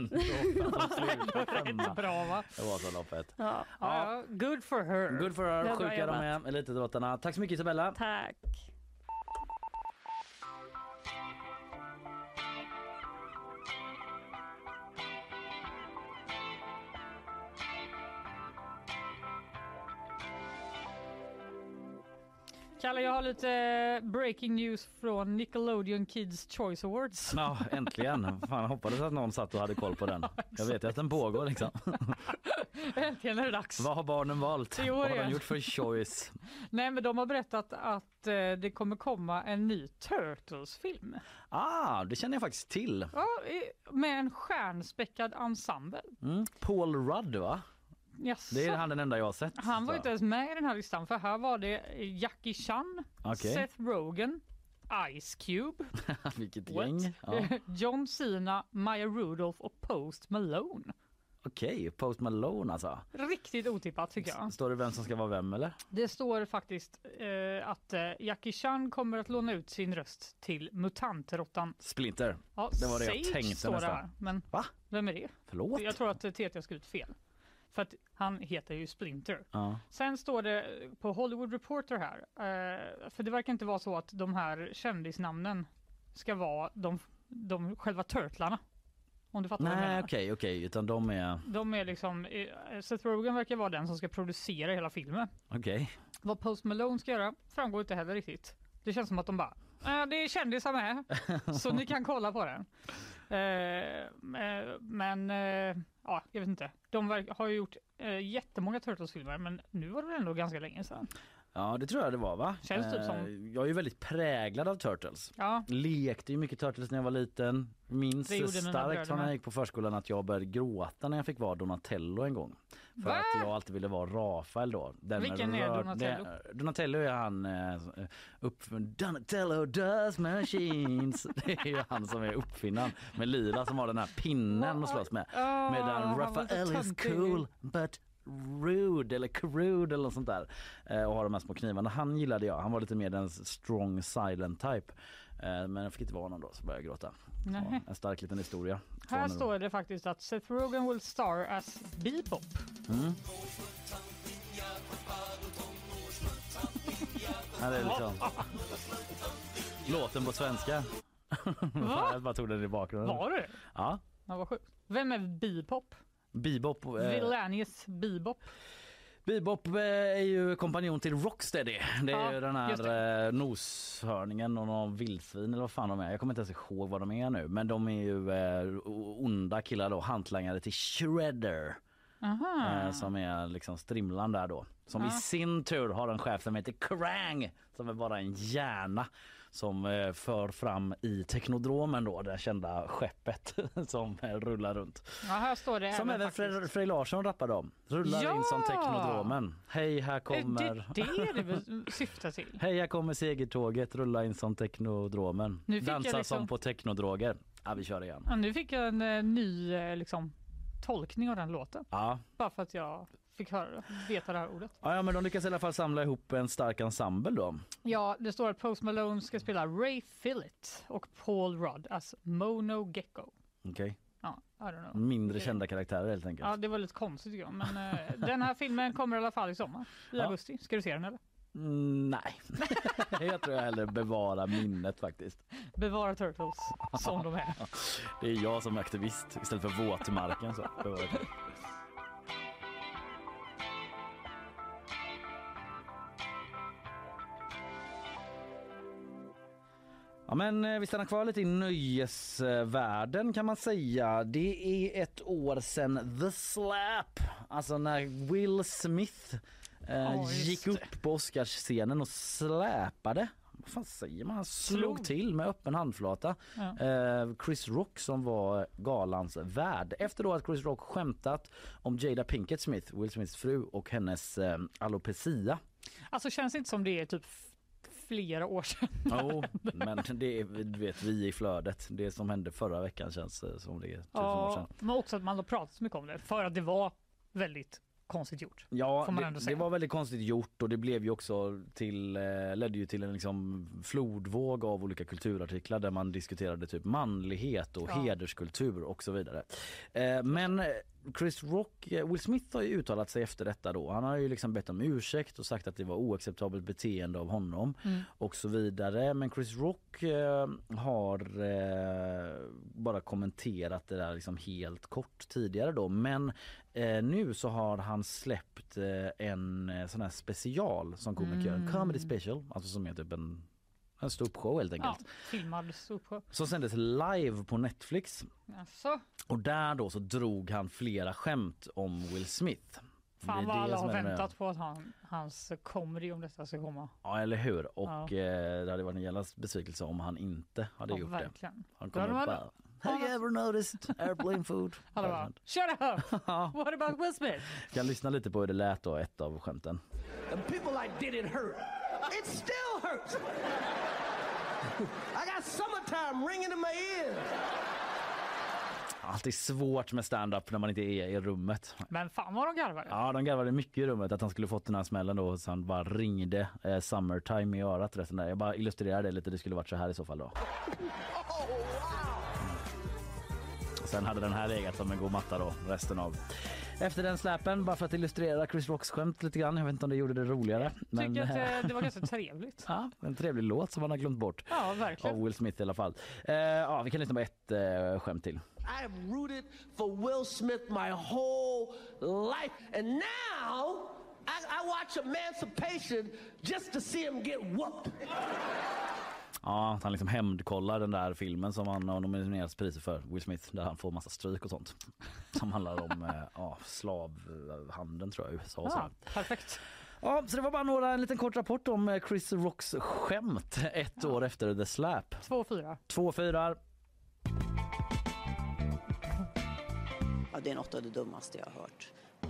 Rätt bra, va? Det var Vasaloppet. Ja, good for her. Good for her. Sjuka de är, elitidrottarna. Tack så mycket Isabella. Tack. Kalle, jag har lite breaking news från Nickelodeon Kids Choice Awards. Ja, äntligen. Fan, hoppades att någon satt och hade koll på den. Jag vet ju att den pågår liksom. Äntligen är det dags. Vad har barnen valt? Vad har de gjort för choice? Nej, men de har berättat att det kommer komma en ny Turtles-film. Det känner jag faktiskt till. Ja, med en stjärnspäckad ensemble. Paul Rudd, va? Yes. Det är han den enda jag har sett. Han var inte ens med i den här listan, för här var det Jackie Chan, Seth Rogen, Ice Cube, vilket gäng. John Cena, Maya Rudolph och Post Malone. Okej, Post Malone alltså. Riktigt otippat tycker jag. Står det vem som ska vara vem eller? Det står faktiskt att Jackie Chan kommer att låna ut sin röst till mutantrottan Splinter. Ja, det var det jag tänkte nästan. Men va? Vem är det? Förlåt? Jag tror att TT har skrivit fel. För att han heter ju Splinter. Ja. Sen står det på Hollywood Reporter här. För det verkar inte vara så att de här kändisnamnen ska vara de själva turtlarna. Om du fattar vad jag menar. Nej, okej. Utan de är liksom... Seth Rogen verkar vara den som ska producera hela filmen. Okej. Vad Post Malone ska göra framgår inte heller riktigt. Det känns som att de bara... det är kändisar med. Så ni kan kolla på den. Men jag vet inte. De har ju gjort jättemånga Turtles-filmer, men nu var det ändå ganska länge sedan. Ja, det tror jag det var, va? Känns typ som... Jag är ju väldigt präglad av Turtles. Ja. Lekte ju mycket Turtles när jag var liten. Minns starkt från när jag gick på förskolan att jag började gråta när jag fick vara Donatello en gång. För att jag alltid ville vara Rafael då. Vilken är Donatello? Donatello är han Donatello does machines. Det är ju han som är uppfinnaren med lila som har den här pinnen att slåss med. Medan Raphael is cool but rude eller crude eller något sånt där och har de här små knivarna. Han gillade jag. Han var lite mer den strong silent type. Men jag fick inte vara honom då, så började jag gråta. En stark liten historia. Här står det faktiskt att Seth Rogen will star as Bebop. Här är liksom låten på svenska. Jag bara tog den i bakgrunden. Var det? Ja. Vad sjukt. Vem är Bebop? Bebop. Villainius Bebop. Bebop är ju kompanjon till Rocksteady. Det är ju den här noshörningen och någon vildsvin eller vad fan de är. Jag kommer inte ens ihåg vad de är nu. Men de är ju onda killar då. Hantlangare till Shredder. Som är liksom strimlan där då. Som i sin tur har en chef som heter Krang. Som är bara en hjärna. Som för fram i Teknodromen då, det kända skeppet som rullar runt. Ja, här står det som även Frej Larsson rappade om. Rullar in som Teknodromen. Hej, här kommer... Det syftar till. Hej, här kommer segertåget, rulla in som Teknodromen. Dansa som på teknodroger. Ja, vi kör igen. Ja, nu fick jag en ny tolkning av den låten. Ja. Bara för att jag fick veta det här ordet. Ja, men de lyckas i alla fall samla ihop en stark ensemble då. Ja, det står att Post Malone ska spela Ray Fillet och Paul Rudd as Mono Gecko. Okej. Ja, I don't know. Mindre kända karaktärer helt enkelt. Ja, det var lite konstigt tycker jag. Men den här filmen kommer i alla fall i sommar. I augusti. Ska du se den eller? Nej. Jag tror jag hellre bevara minnet faktiskt. Bevara Turtles som de är. Det är jag som är aktivist istället för våtmarken. Så. Ja, men vi stannar kvar lite i nöjesvärlden kan man säga. Det är ett år sedan The Slap, alltså när Will Smith gick upp på Oscarsscenen och släpade. Vad fan säger man? Han slog till med öppen handflata. Chris Rock som var galans värd. Efter då att Chris Rock skämtat om Jada Pinkett Smith, Will Smiths fru, och hennes alopecia. Alltså känns inte som det är typ flera år sedan. Men det vet vi i flödet. Det som hände förra veckan känns som det är 1000 år sedan. Men också att man har pratat så mycket om det för att det var väldigt konstigt gjort. Ja, det var väldigt konstigt gjort och det blev ju också ledde ju till en liksom flodvåg av olika kulturartiklar där man diskuterade typ manlighet och hederskultur och så vidare. Men Will Smith har ju uttalat sig efter detta då. Han har ju liksom bett om ursäkt och sagt att det var oacceptabelt beteende av honom och så vidare. Men Chris Rock har bara kommenterat det där liksom helt kort tidigare då. Men nu så har han släppt en sån här special som komiker, en comedy special, alltså som är typ en ståuppshow helt enkelt. Ja, filmad ståuppshow. Som sändes live på Netflix. Alltså. Och där då så drog han flera skämt om Will Smith. Fan vad alla har väntat på att hans comedy om detta ska komma. Ja, eller hur? Och det hade varit en jävla besvikelse om han inte hade gjort verkligen. Det. Han kommer upp bara, have you ever noticed airplane food? Alla bara, shut up! What about Will Smith? Kan lyssna lite på hur det lät då, ett av skämten. The people I did it hurt. It still hurts. I got summertime ringing in my ears. Alltid svårt med stand-up när man inte är i rummet. Men fan vad de garvade. Ja, de garvade mycket i rummet att han skulle fått den här smällen då. Så han bara ringde summertime i örat resten där. Jag bara illustrerar det lite, det skulle varit så här i så fall då. Sen hade den här legat som en god matta då, resten av. Efter den släpen, bara för att illustrera Chris Rocks skämt lite grann. Jag vet inte om det gjorde det roligare. Men tycker att det var ganska trevligt. Ja, en trevlig låt som man har glömt bort. Ja, verkligen. Av Will Smith i alla fall. Vi kan lyssna på ett skämt till. I have rooted for Will Smith my whole life. And now I watch Emancipation just to see him get whooped. Ja, han liksom hämndkollar den där filmen som han har nominerats priser för, Will Smith, där han får massa stryk och sånt. Som handlar om slavhandeln tror jag i USA. Ja, perfekt. Ja, så det var bara en liten kort rapport om Chris Rocks skämt ett år efter The Slap. 2-4. 2-4. Ja, det är något av det dummaste jag har hört.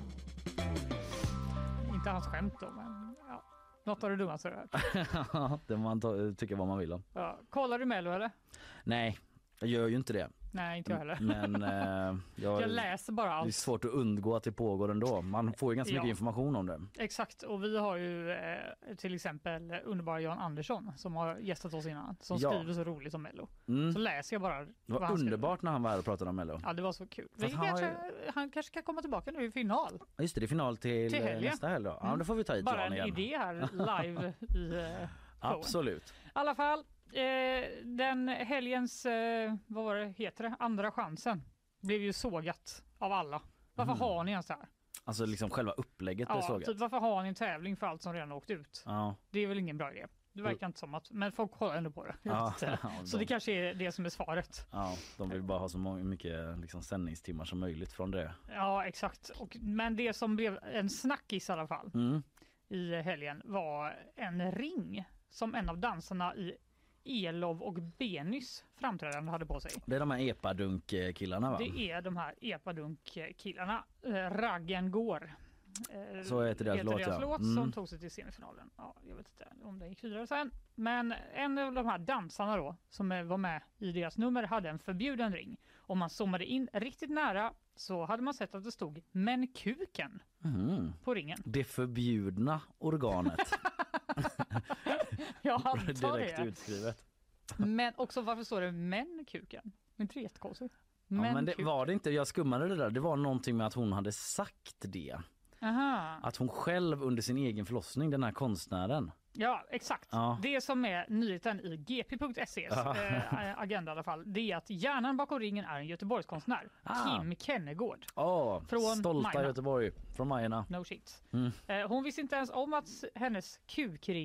Inte hans skämt då, men ja. Något av det dummaste jag har hört. Det man tycker vad man vill om. Ja. Kollar du Mello eller? Nej, jag gör ju inte det. Nej, inte jag heller. Men jag läser bara allt. Det är svårt att undgå att det pågår ändå. Man får ju ganska mycket information om det. Exakt, och vi har ju till exempel underbara Jan Andersson som har gästat oss innan. Som skriver så roligt om Mello. Så läser jag bara. Det var underbart när han var här och pratade om Mello. Ja, det var så kul. Han kanske kan komma tillbaka nu i final. Just det är final till nästa helg då. Ja, då får vi ta hit bara Jan igen. Bara en idé här live i absolut. I alla fall. Den helgens, vad var det heter det? Andra chansen blev ju sågat av alla. Varför har ni ens det här? Alltså liksom själva upplägget blev sågat. Typ, varför har ni en tävling för allt som redan åkt ut? Ja. Det är väl ingen bra idé. Det verkar inte som att, men folk kollar ändå på det. Så det kanske är det som är svaret. Ja, de vill bara ha så mycket liksom sändningstimmar som möjligt från det. Ja, exakt. Men det som blev en snackis i alla fall i helgen var en ring som en av dansarna i Elov och Benys framträdande hade på sig. Det är de här epadunk-killarna va? Det är de här epadunk-killarna. Raggen går. Så heter deras låt, som tog sig till semifinalen. Ja, jag vet inte om den gick vidare sen. Men en av de här dansarna då som var med i deras nummer hade en förbjuden ring. Om man zoomade in riktigt nära så hade man sett att det stod "men kuken" på ringen. Det förbjudna organet. Jag antar direkt det. Utskrivet. Men också varför står det "men kuken"? Men det är jättekonstigt. Men det var det inte. Jag skummade det där. Det var någonting med att hon hade sagt det. Aha. Att hon själv under sin egen förlossning, den här konstnären. Ja, exakt. Ja. Det som är nyheten i gp.se's agenda i alla fall, det är att hjärnan bakom ringen är en Göteborgskonstnär, Kim Kennegård. Från stolta Majorna. Göteborg, från Majorna. No shit. Hon visste inte ens om att hennes kukring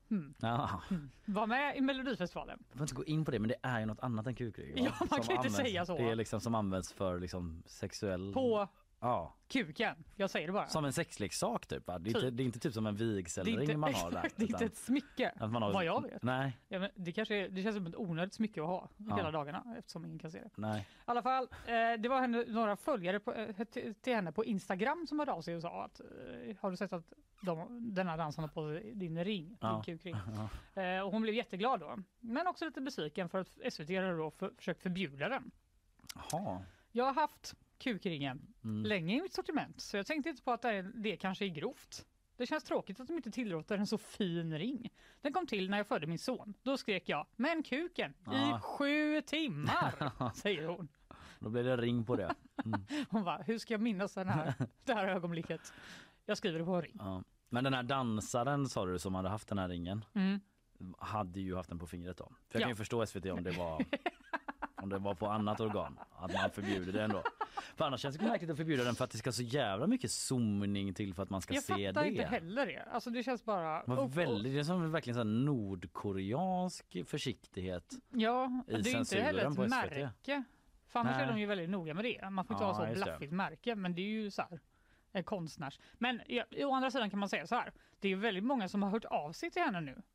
Var med i Melodifestivalen. Jag får inte gå in på det, men det är ju något annat än kukring. Ja, man kan inte säga så. Det är liksom som används för liksom sexuell... På kuken, jag säger det bara. Som en sexleksak typ, va? Det är inte typ som en vigselring man har där. Det är inte ett smycke, vad jag vet. Nej. Ja, men det känns som ett onödigt smycke att ha hela dagarna eftersom ingen kan se det. Nej. I alla fall, det var några följare till henne på Instagram som hörde av sig och sa att har du sett att den här dansen har på din ring, din kukring? Och hon blev jätteglad då. Men också lite besviken för att SVT hade då försökt förbjuda den. Jaha. Jag har haft kukringen länge i mitt sortiment, så jag tänkte inte på att det kanske är grovt. Det känns tråkigt att de inte tillåter en så fin ring. Den kom till när jag födde min son. Då skrek jag, men kuken, i 7 timmar, säger hon. Då blir det ring på det. Hon bara, hur ska jag minnas det här ögonblicket? Jag skriver det på en ring. Ja. Men den här dansaren, sa du, som hade haft den här ringen, hade ju haft den på fingret då. För jag kan ju förstå SVT om det var på annat organ, att man förbjuder det ändå. För annars känns det märkligt att förbjuda den för att det ska så jävla mycket zoomning till för att man ska se det. Jag fattar inte heller det. Alltså det känns bara... Det är som verkligen så här nordkoreansk försiktighet. Ja, det är inte heller ett märke. För annars är de ju väldigt noga med det. Man får inte ha så blaffigt märke, men det är ju så här en konstnärs. Men å andra sidan kan man säga så här. Det är väldigt många som har hört av sig till henne nu.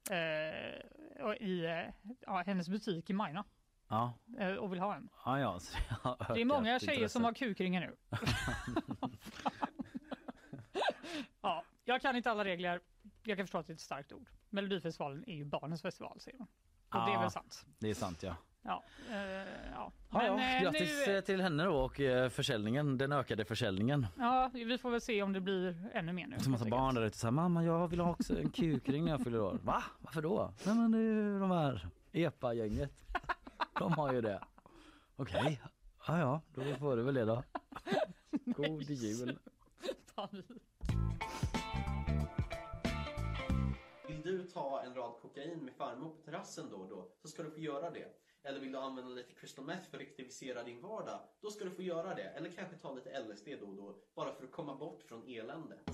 I hennes butik i Majna. Ja. Och vill ha en. Ja, det är många tjejer som har kukringar nu. Ja, jag kan inte alla regler. Jag kan förstå att det är ett starkt ord. Melodifestivalen är ju barnens festival, säger man. Och det är väl sant. Det är sant, ja. Men, grattis till henne då och försäljningen, den ökade försäljningen. Ja, vi får väl se om det blir ännu mer nu. Så massa barn där ute säger, mamma, jag vill ha också en kukring när jag fyller år. Va? Varför då? Nej, men det är ju de här EPA-gänget. De har ju det. Okej. Ja, då får du väl det då. God jul. Vill du ta en rad kokain med farmor på terrassen då och då, så ska du få göra det. Eller vill du använda lite crystal meth för att aktivisera din vardag, då ska du få göra det. Eller kanske ta lite LSD då och då, bara för att komma bort från eländet.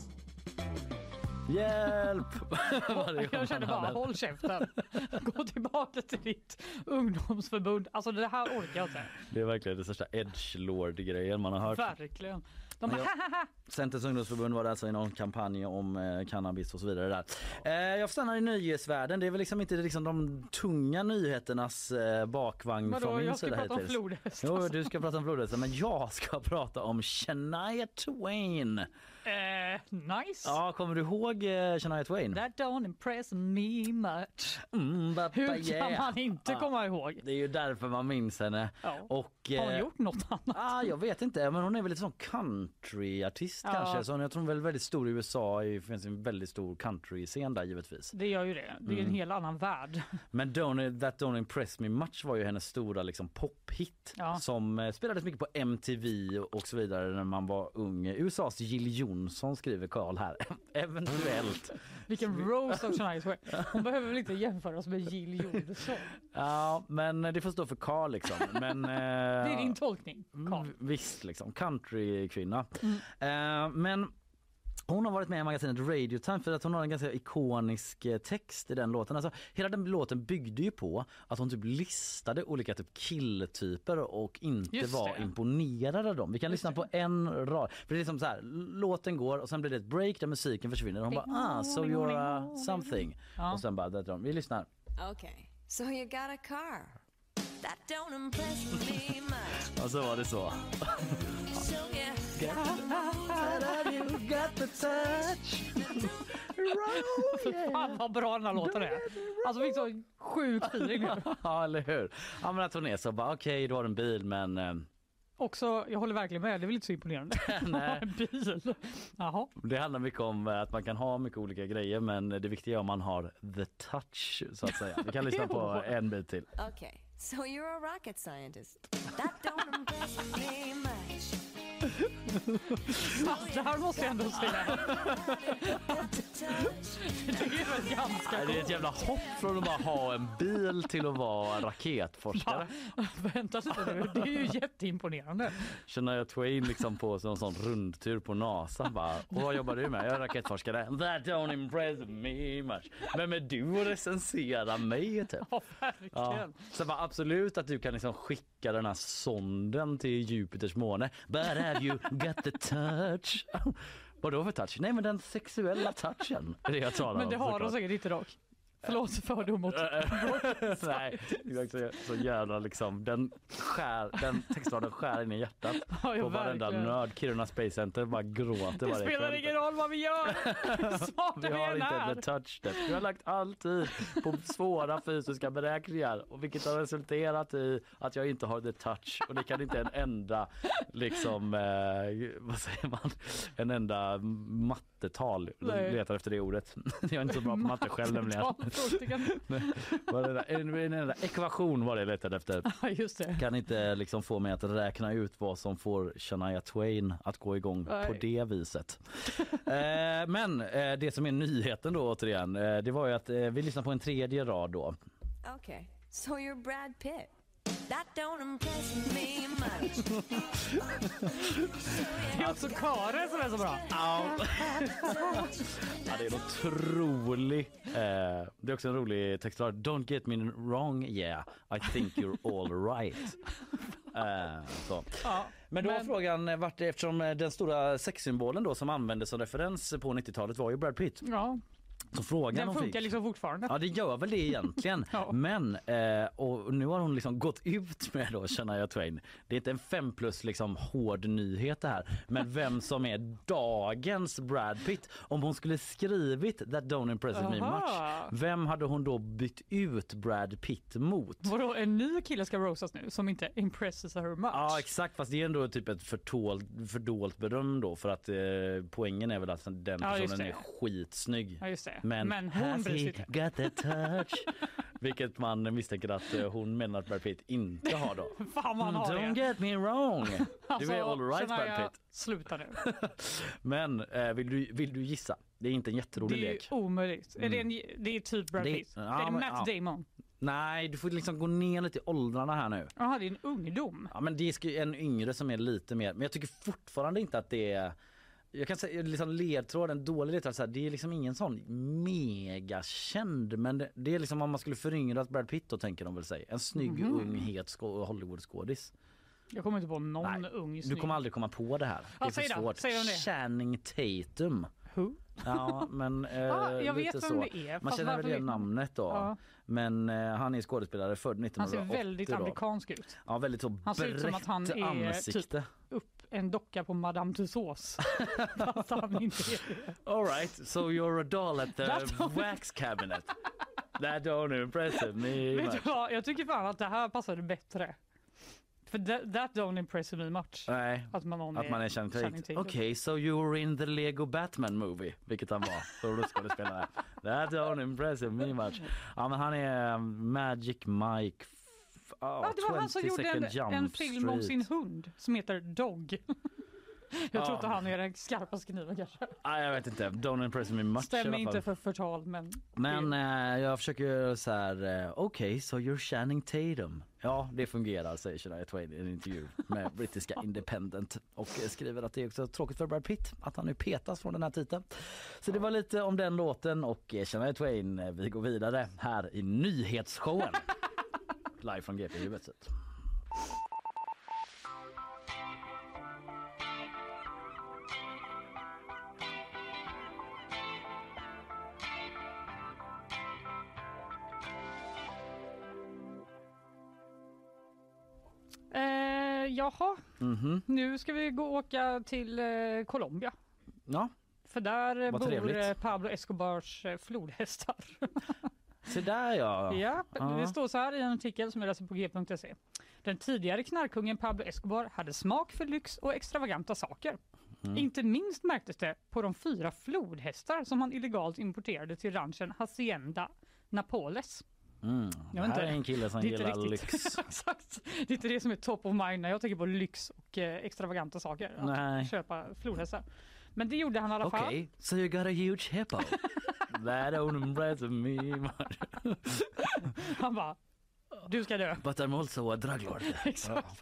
Hjälp! Jag känner bara, håll käften. Gå tillbaka till ditt ungdomsförbund. Alltså det här orkar jag inte. Det är verkligen det största edgelord-grejen man har hört. Verkligen. De bara, Centerns ungdomsförbund var alltså i någon kampanj om cannabis och så vidare där. Jag stannar i nyhetsvärlden. Det är väl liksom inte liksom de tunga nyheternas bakvagn från min sida hittills. Jag ska prata om flodhäst. Jo, du ska prata om flodhäst, men jag ska prata om Shania Twain. Nice. Ja, kommer du ihåg Shania Twain? That don't impress me much. Hur kan man inte komma ihåg? Det är ju därför man minns henne. Ja. Och, har hon gjort något annat? Jag vet inte, men hon är väl lite sån countryartist kanske. Så jag tror hon är väldigt stor i USA. Det finns en väldigt stor country-scen där givetvis. Det gör ju det. Det är en helt annan värld. Men That Don't Impress Me Much var ju hennes stora liksom pophit som spelades mycket på MTV och så vidare när man var ung. USAs Jill Johnson, skriver Carl här. Eventuellt. Vilken roast av Shania Twain. Hon behöver väl inte jämföras med Jill Johnson. Ja, men det får stå för Carl liksom. Men, det är din tolkning, Carl. Visst liksom, countrykvinna. Men hon har varit med i magasinet Radio Time för att hon har en ganska ikonisk text i den låten. Alltså, hela den låten byggde ju på att hon typ listade olika typ killtyper och inte var imponerad av dem. Vi kan lyssna på en rad. För det är liksom så här, låten går och sen blir det ett break där musiken försvinner. Och hon bara, so you're something. Och sen bara, vi lyssnar. Okay, so you got a car. That don't impress me much. Och så var det så. So yeah. You got the touch. Fan vad bra den här låten är. Alltså vi fick så sjuk feeling nu. Ja, eller hur? Ja, men att hon är så bara, okej, du har en bil, men... Också, jag håller verkligen med, det är väl inte så imponerande. Nej. En bil. Jaha. Det handlar mycket om att man kan ha mycket olika grejer, men det viktiga är om man har the touch, så att säga. Vi kan lyssna på en bit till. Okay, So you're a rocket scientist. That don't impress me much. Det här måste jag ändå säga. Det är väl ganska Det är ett jävla hopp från att bara ha en bil till att vara raketforskare. Vänta lite nu, det är ju jätteimponerande. Shania Twain liksom på en sån rundtur på NASA. Bara, vad jobbar du med? Jag är raketforskare. That don't impress me much. Vem är du att recensera mig? Typ? Ja, verkligen. Ja. Så bara, absolut att du kan liksom skicka den här sonden till Jupiters måne. But have you got the touch? Vadå för touch? Nej, men den sexuella touchen är det jag talar om. Men det har de säkert inte dock. Förlåt för dum mot. Nej, det är också så jävla liksom den textraden skär in i hjärtat på varenda nörd. Kiruna Space Center bara gråter varje kväll. Det spelar ingen roll vad vi gör. Vi har inte the touch step. Vi har lagt all tid på svåra fysiska beräkningar och vilket har resulterat i att jag inte har the touch och det kan inte en enda liksom vad säger man? En enda mattetal letar efter det ordet. Jag är inte så bra på matte själv nämligen. En enda ekvation var det letade efter. Ja, just det. Kan inte liksom få mig att räkna ut vad som får Shania Twain att gå igång på det viset. Men det som är nyheten då återigen, det var ju att vi lyssnar på en tredje rad då. Okay, so you're Brad Pitt. That don't impress me much. Det är också Kare som är så bra. Ja, det är en otrolig. Det är också en rolig textrad. Don't get me wrong, yeah. I think you're all right. Så. Ja, men då var frågan vart eftersom den stora sexsymbolen då som användes som referens på 90-talet var ju Brad Pitt. Ja. Så frågan den funkar liksom fortfarande. Ja, det gör väl det egentligen. Ja. Men och nu har hon liksom gått ut med då Shania Twain. Det är inte en 5+ liksom hård nyhet det här. Men vem som är dagens Brad Pitt. Om hon skulle skrivit That don't impress me much. Vem hade hon då bytt ut Brad Pitt mot? Vadå, en ny kille ska rosas nu som inte impresses her much? Ja, exakt. Fast det är ändå typ ett fördolt beröm då. För att poängen är väl att den personen är skitsnygg. Ja, just det. Men hon got the touch. Vilket man misstänker att hon menar att Brad Pitt inte har då. Fan, man har Don't det. get me wrong. Alltså, du är all right Brad Pitt. Sluta nu. Men vill du gissa? Det är inte en jätterolig lek. Det är omöjligt. Det är typ Brad Pitt. Det är Matt Damon. Nej, du får liksom gå ner lite i åldrarna här nu. Jaha, det är en ungdom. Ja, men det är en yngre som är lite mer. Men jag tycker fortfarande inte att det är. Jag kan säga liksom ledtråd, en dålig ledtråd, så här, det är liksom ingen sån mega känd, men det är liksom om man skulle föryngra Brad Pitt då tänker de väl säga. En snygg ung het Hollywoodskådis. Jag kommer inte på någon ung snygg. Du kommer aldrig komma på det här. Det är för svårt. Channing Tatum. Who? Ja, men jag lite vet vem så. det är. Man känner väl det namnet då. Ja. Men han är skådespelare född 1980. Han ser väldigt amerikansk ut. Ja, väldigt så han ser ut som att han är ansikte. Typ upp en docka på Madame Tussauds. Fast han inte är det. All right, so you're a doll at the wax cabinet. That don't impress me. Vet du vad? Jag tycker fan att det här passade bättre. För that don't impress me much. Nej, att man är Channing Tatum. Okej, so you were in the Lego Batman movie, vilket han var. Så då ska du spela det. That don't impress me much. Ja, men han är Magic Mike. Det var han som gjorde en film om sin hund som heter Dog. Jag tror inte han är den skarpaste kniven kanske. Jag vet inte. Don't impress me much. Stämmer inte för förtal, men jag försöker så här. Okej, so you're Channing Tatum. Ja, det fungerar, säger Shania Twain i en intervju med brittiska Independent och skriver att det är också tråkigt för Brad Pitt att han nu petas från den här titeln. Så det var lite om den låten och Shania Twain. Vi går vidare här i nyhetsshowen. Live från GP-huvudet. Jaha, nu ska vi gå och åka till Colombia. Ja. För där bor trevligt. Pablo Escobars flodhästar. Så där ja. Det står så här i en artikel som jag läser på g.se. Den tidigare knarkkungen Pablo Escobar hade smak för lyx och extravaganta saker. Inte minst märktes det på de 4 flodhästar som han illegalt importerade till ranchen Hacienda Napoles. Det här är en kille som gillar lyx. Exakt. Det är inte det som är top of mind när jag tänker på lyx och extravaganta saker. Att köpa flodhästar. Men det gjorde han i alla fall. Okej, so you got a huge hippo. That don't impress me. Han bara, du ska dö. But I'm also a drug lord. Exakt.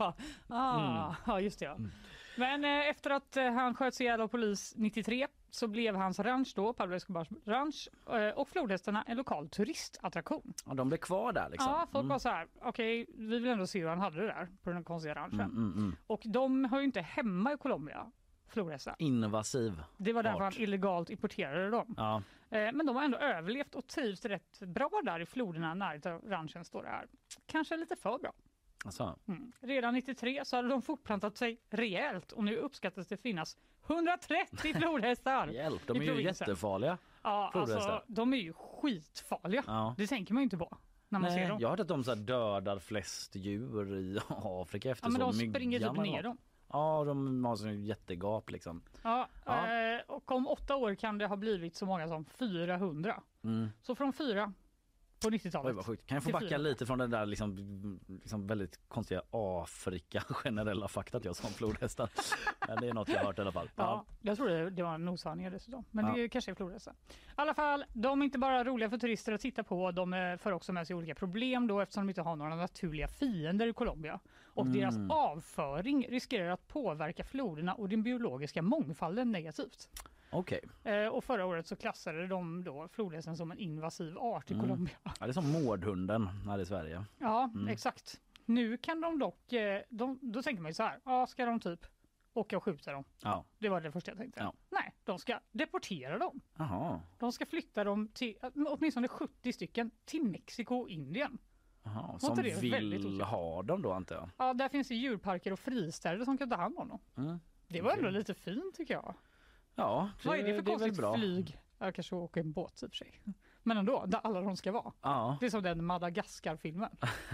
Ja, just det. Ja. Men efter att han sköts ihjäl av polis 93 så blev hans ranch då, Pablo Escobars ranch, och flodhästarna en lokal turistattraktion. Ja, de blev kvar där liksom. Ja, folk var så här, okej, vi vill ändå se hur han hade det där på den konstiga ranchen. Och de hör ju inte hemma i Colombia, flodhästar. Invasiv. Det var därför han illegalt importerade dem. Ja. Men de har ändå överlevt och trivs rätt bra där i floderna när ranchen står där. Kanske lite för bra. Alltså. Redan 93 så hade de fortplantat sig rejält och nu uppskattas det finnas 130 flodhästar. Hjälp, de är ju jättefarliga. Ja, alltså de är ju skitfarliga. Ja. Det tänker man ju inte på när man ser dem. Jag har hört att de så här dödar flest djur i Afrika efter men så de springer typ ner dem. Ja, de har så jättegap liksom. Ja. Och om 8 år kan det ha blivit så många som 400. Så från 4 på 90-talet. Oj, vad sjukt. Kan jag få backa lite från den där liksom väldigt konstiga Afrika generella faktat jag sa om flodhästar. Men det är något jag har hört i alla fall. Ja, jag tror det var noshörningar dessutom. Men det kanske är flodhästar. I alla fall, de är inte bara roliga för turister att titta på. De för också med sig olika problem då eftersom de inte har några naturliga fiender i Colombia. Och deras avföring riskerar att påverka floderna och den biologiska mångfalden negativt. Okej. Och förra året så klassade de då flodhästen som en invasiv art i Colombia. Ja, det är som mårdhunden här i Sverige. Ja, exakt. Nu kan de dock, då tänker man ju så här, ska de typ åka och skjuta dem? Ja. Det var det första jag tänkte. Ja. Nej, de ska deportera dem. Aha. De ska flytta dem till åtminstone 70 stycken till Mexiko och Indien. Aha, som vill ha dem då antar jag. Ja, där finns det djurparker och fristäder som kan ta hand om dem. Det var ändå lite fint tycker jag. Ja, vad är det för konstigt flyg? Jag kanske åker en båt i och för sig. Men ändå, där alla de ska vara. Ja. Det är som den Madagaskar-filmen.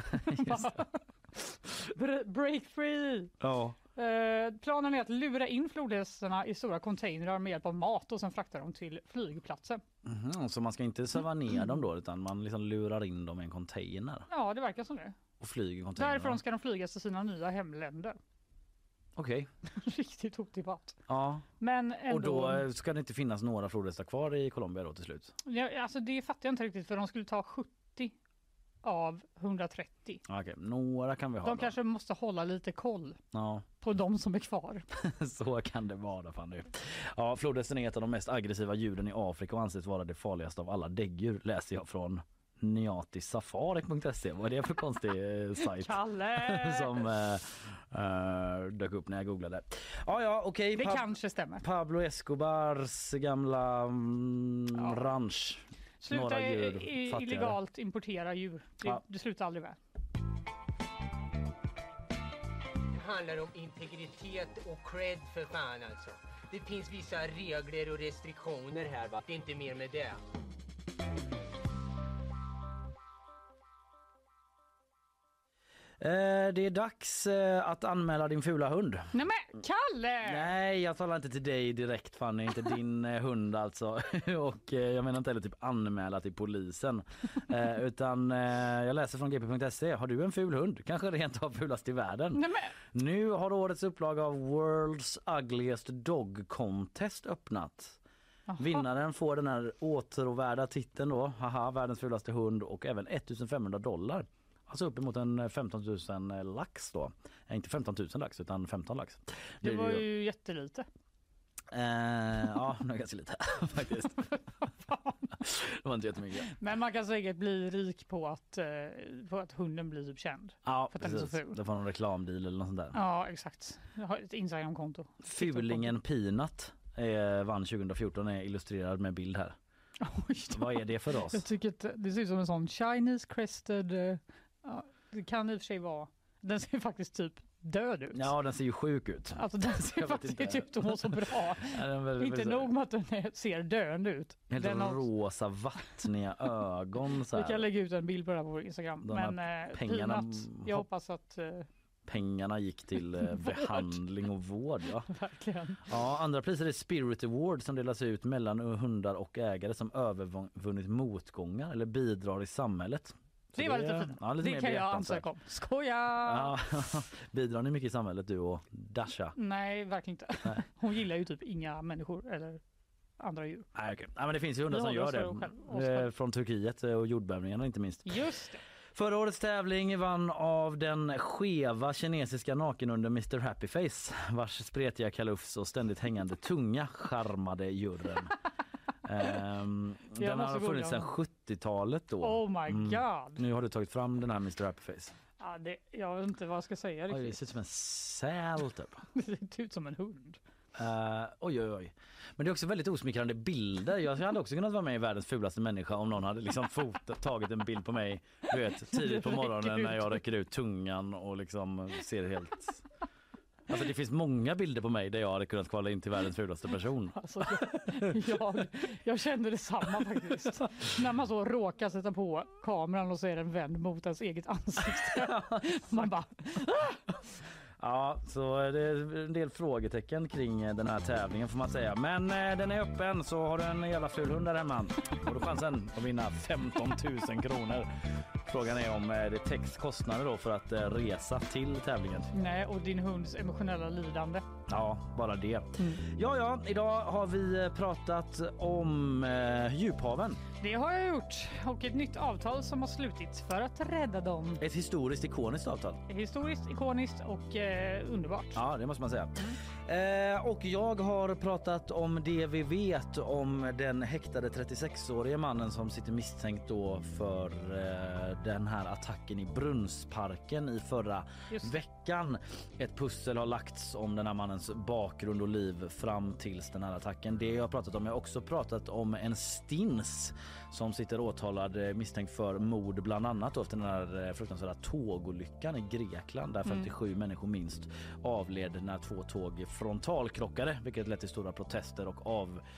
Break free! Ja. Planen är att lura in flodhästarna i stora containrar med hjälp av mat och sen frakta dem till flygplatsen. Så man ska inte söva ner dem då utan man liksom lurar in dem i en container? Ja, det verkar som det. Och flyger container? Därifrån ska de flyga till sina nya hemländer. Okej. Riktigt otippat. Ja. Men ändå... Och då ska det inte finnas några flodhästar kvar i Colombia då till slut? Ja, alltså det fattar jag inte riktigt för de skulle ta 70 av 130. Okej, några kan vi ha. De kanske måste hålla lite koll på de som är kvar. Så kan det vara fan nu. Ja, flodhästen är ett av de mest aggressiva djuren i Afrika och anses vara det farligaste av alla däggdjur, läser jag från Niatisafari.se. Vad är det för konstig sajt? Kalle! Som dök upp när jag googlade. Ja, okej. Det kanske stämmer. Pablo Escobars gamla ranch. Sluta illegalt importera djur. Det slutar aldrig väl. Det handlar om integritet och cred för fan alltså. Det finns vissa regler och restriktioner här va. Det är inte mer med det. Det är dags att anmäla din fula hund. Nej men Kalle! Nej, jag talar inte till dig direkt Fanny, inte din hund alltså. Och jag menar inte heller typ anmäla till polisen. Utan jag läser från gp.se. Har du en ful hund? Kanske rent av fulast i världen. Nej, men... Nu har årets upplaga av World's Ugliest Dog Contest öppnat. Aha. Vinnaren får den här åtråvärda titeln då. Haha, världens fulaste hund och även $1,500. Alltså uppemot en 15 000 lax då. Inte 15 000 lax utan 15 lax. Det var ju jättelite. Ja, det var ganska lite faktiskt. Det var inte jättemycket. Men man kan säkert bli rik på att hunden blir typ känd. Ja, för precis. Det var någon reklamdeal eller något sånt där. Ja, exakt. Jag har ett Instagram-konto. Fulingen Peanut vann 2014, är illustrerad med bild här. Vad är det för ras? Jag tycker att det ser ut som en sån Chinese crested... det kan i och för sig vara... Den ser faktiskt typ död ut. Ja, den ser ju sjuk ut. Alltså den ser faktiskt inte ut att må så bra. Inte nog med att den ser död ut. Helt rosa, vattniga ögon. Så här. Vi kan lägga ut en bild på det här på vår Instagram. Men pengarna, jag hoppas att... pengarna gick till behandling och vård. Ja. Verkligen. Ja, andra priser är Spirit Award som delas ut mellan hundar och ägare som övervunnit motgångar eller bidrar i samhället. Det var lite fint. Ja, lite det kan jag ansöka om. Skoja! Ja, bidrar ni mycket i samhället, du och Dasha? Nej, verkligen inte. Nej. Hon gillar ju typ inga människor eller andra djur. Nej, okay. Men det finns ju hundar som gör det. Från Turkiet och jordbävningarna inte minst. Just det. Förra årets tävling vann av den skeva kinesiska nakenunden Mr. Happyface, vars spretiga kalufs och ständigt hängande tunga charmade juryn. Den har funnits sedan 70-talet då. Oh my god. Nu har du tagit fram den här Mr. Happyface. Ja, jag vet inte vad jag ska säga riktigt. Det ser ut som en säl typ. Det ser ut som en hund. Oj. Men det är också väldigt osmickrande bilder. Jag hade också kunnat vara med i världens fulaste människa om någon hade liksom tagit en bild på mig, du vet, tidigt på morgonen när jag räcker ut tungan och liksom ser helt... Alltså det finns många bilder på mig där jag hade kunnat kvala in till världens fulaste person. Alltså, jag kände detsamma faktiskt. När man så råkar sätta på kameran och så är den vänd mot ens eget ansikte. Man bara... Ja, så det är en del frågetecken kring den här tävlingen får man säga. Men den är öppen, så har du en jävla ful hund där hemma och då chansen att vinna 15 000 kronor. Frågan är om det täcks kostnader då för att resa till tävlingen. Nej, och din hunds emotionella lidande. Ja, bara det. Ja, idag har vi pratat om djuphaven. Det har jag gjort. Och ett nytt avtal som har slutits för att rädda dem. Ett historiskt ikoniskt avtal. Historiskt, ikoniskt och underbart. Ja, det måste man säga. Och jag har pratat om det vi vet om den häktade 36-årige mannen som sitter misstänkt då för den här attacken i Brunnsparken i förra veckan. Ett pussel har lagts om den här mannens bakgrund och liv fram tills den här attacken. Det jag har pratat om, jag har också pratat om en stins som sitter åtalad misstänkt för mord bland annat då, efter den här fruktansvärda tågolyckan i Grekland där 57 människor minst avled när 2 tåg frontalkrockade, vilket lett till stora protester och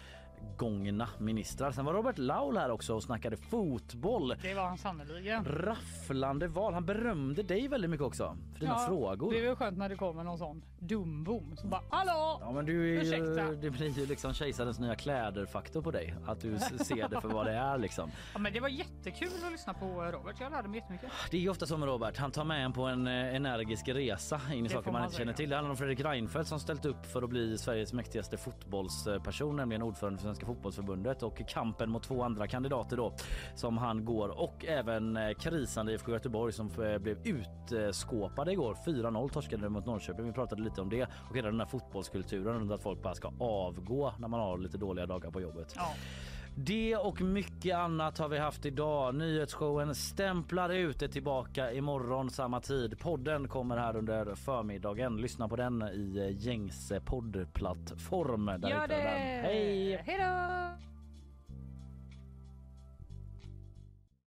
avgångna ministrar. Sen var Robert Laul här också och snackade fotboll. Det var han sannoliken. Rafflande val. Han berömde dig väldigt mycket också för dina frågor. Det är väl skönt när det kommer någon sån dumbom som bara hallå! Ja, men du är ju, det blir ju liksom kejsarens nya kläder-faktor på dig. Att du ser det för vad det är liksom. Ja, men det var jättekul att lyssna på Robert. Jag lärde mig jättemycket. Det är ju ofta som Robert. Han tar med en på en energisk resa in i saker man inte känner till. Det handlar om Fredrik Reinfeldt som ställt upp för att bli Sveriges mäktigaste fotbollsperson, nämligen ordförande för Svenska fotbollsförbundet, och kampen mot 2 andra kandidater då som han går, och även krisande IFK Göteborg som blev utskåpade igår. 4-0 torskade mot Norrköping. Vi pratade lite om det och hela den här fotbollskulturen runt att folk bara ska avgå när man har lite dåliga dagar på jobbet. Ja. Det och mycket annat har vi haft idag. Nyhetsshowen Stämplar ut är tillbaka imorgon samma tid. Podden kommer här under förmiddagen. Lyssna på den i gängse poddplattform. Gör det! Hej! Hej då!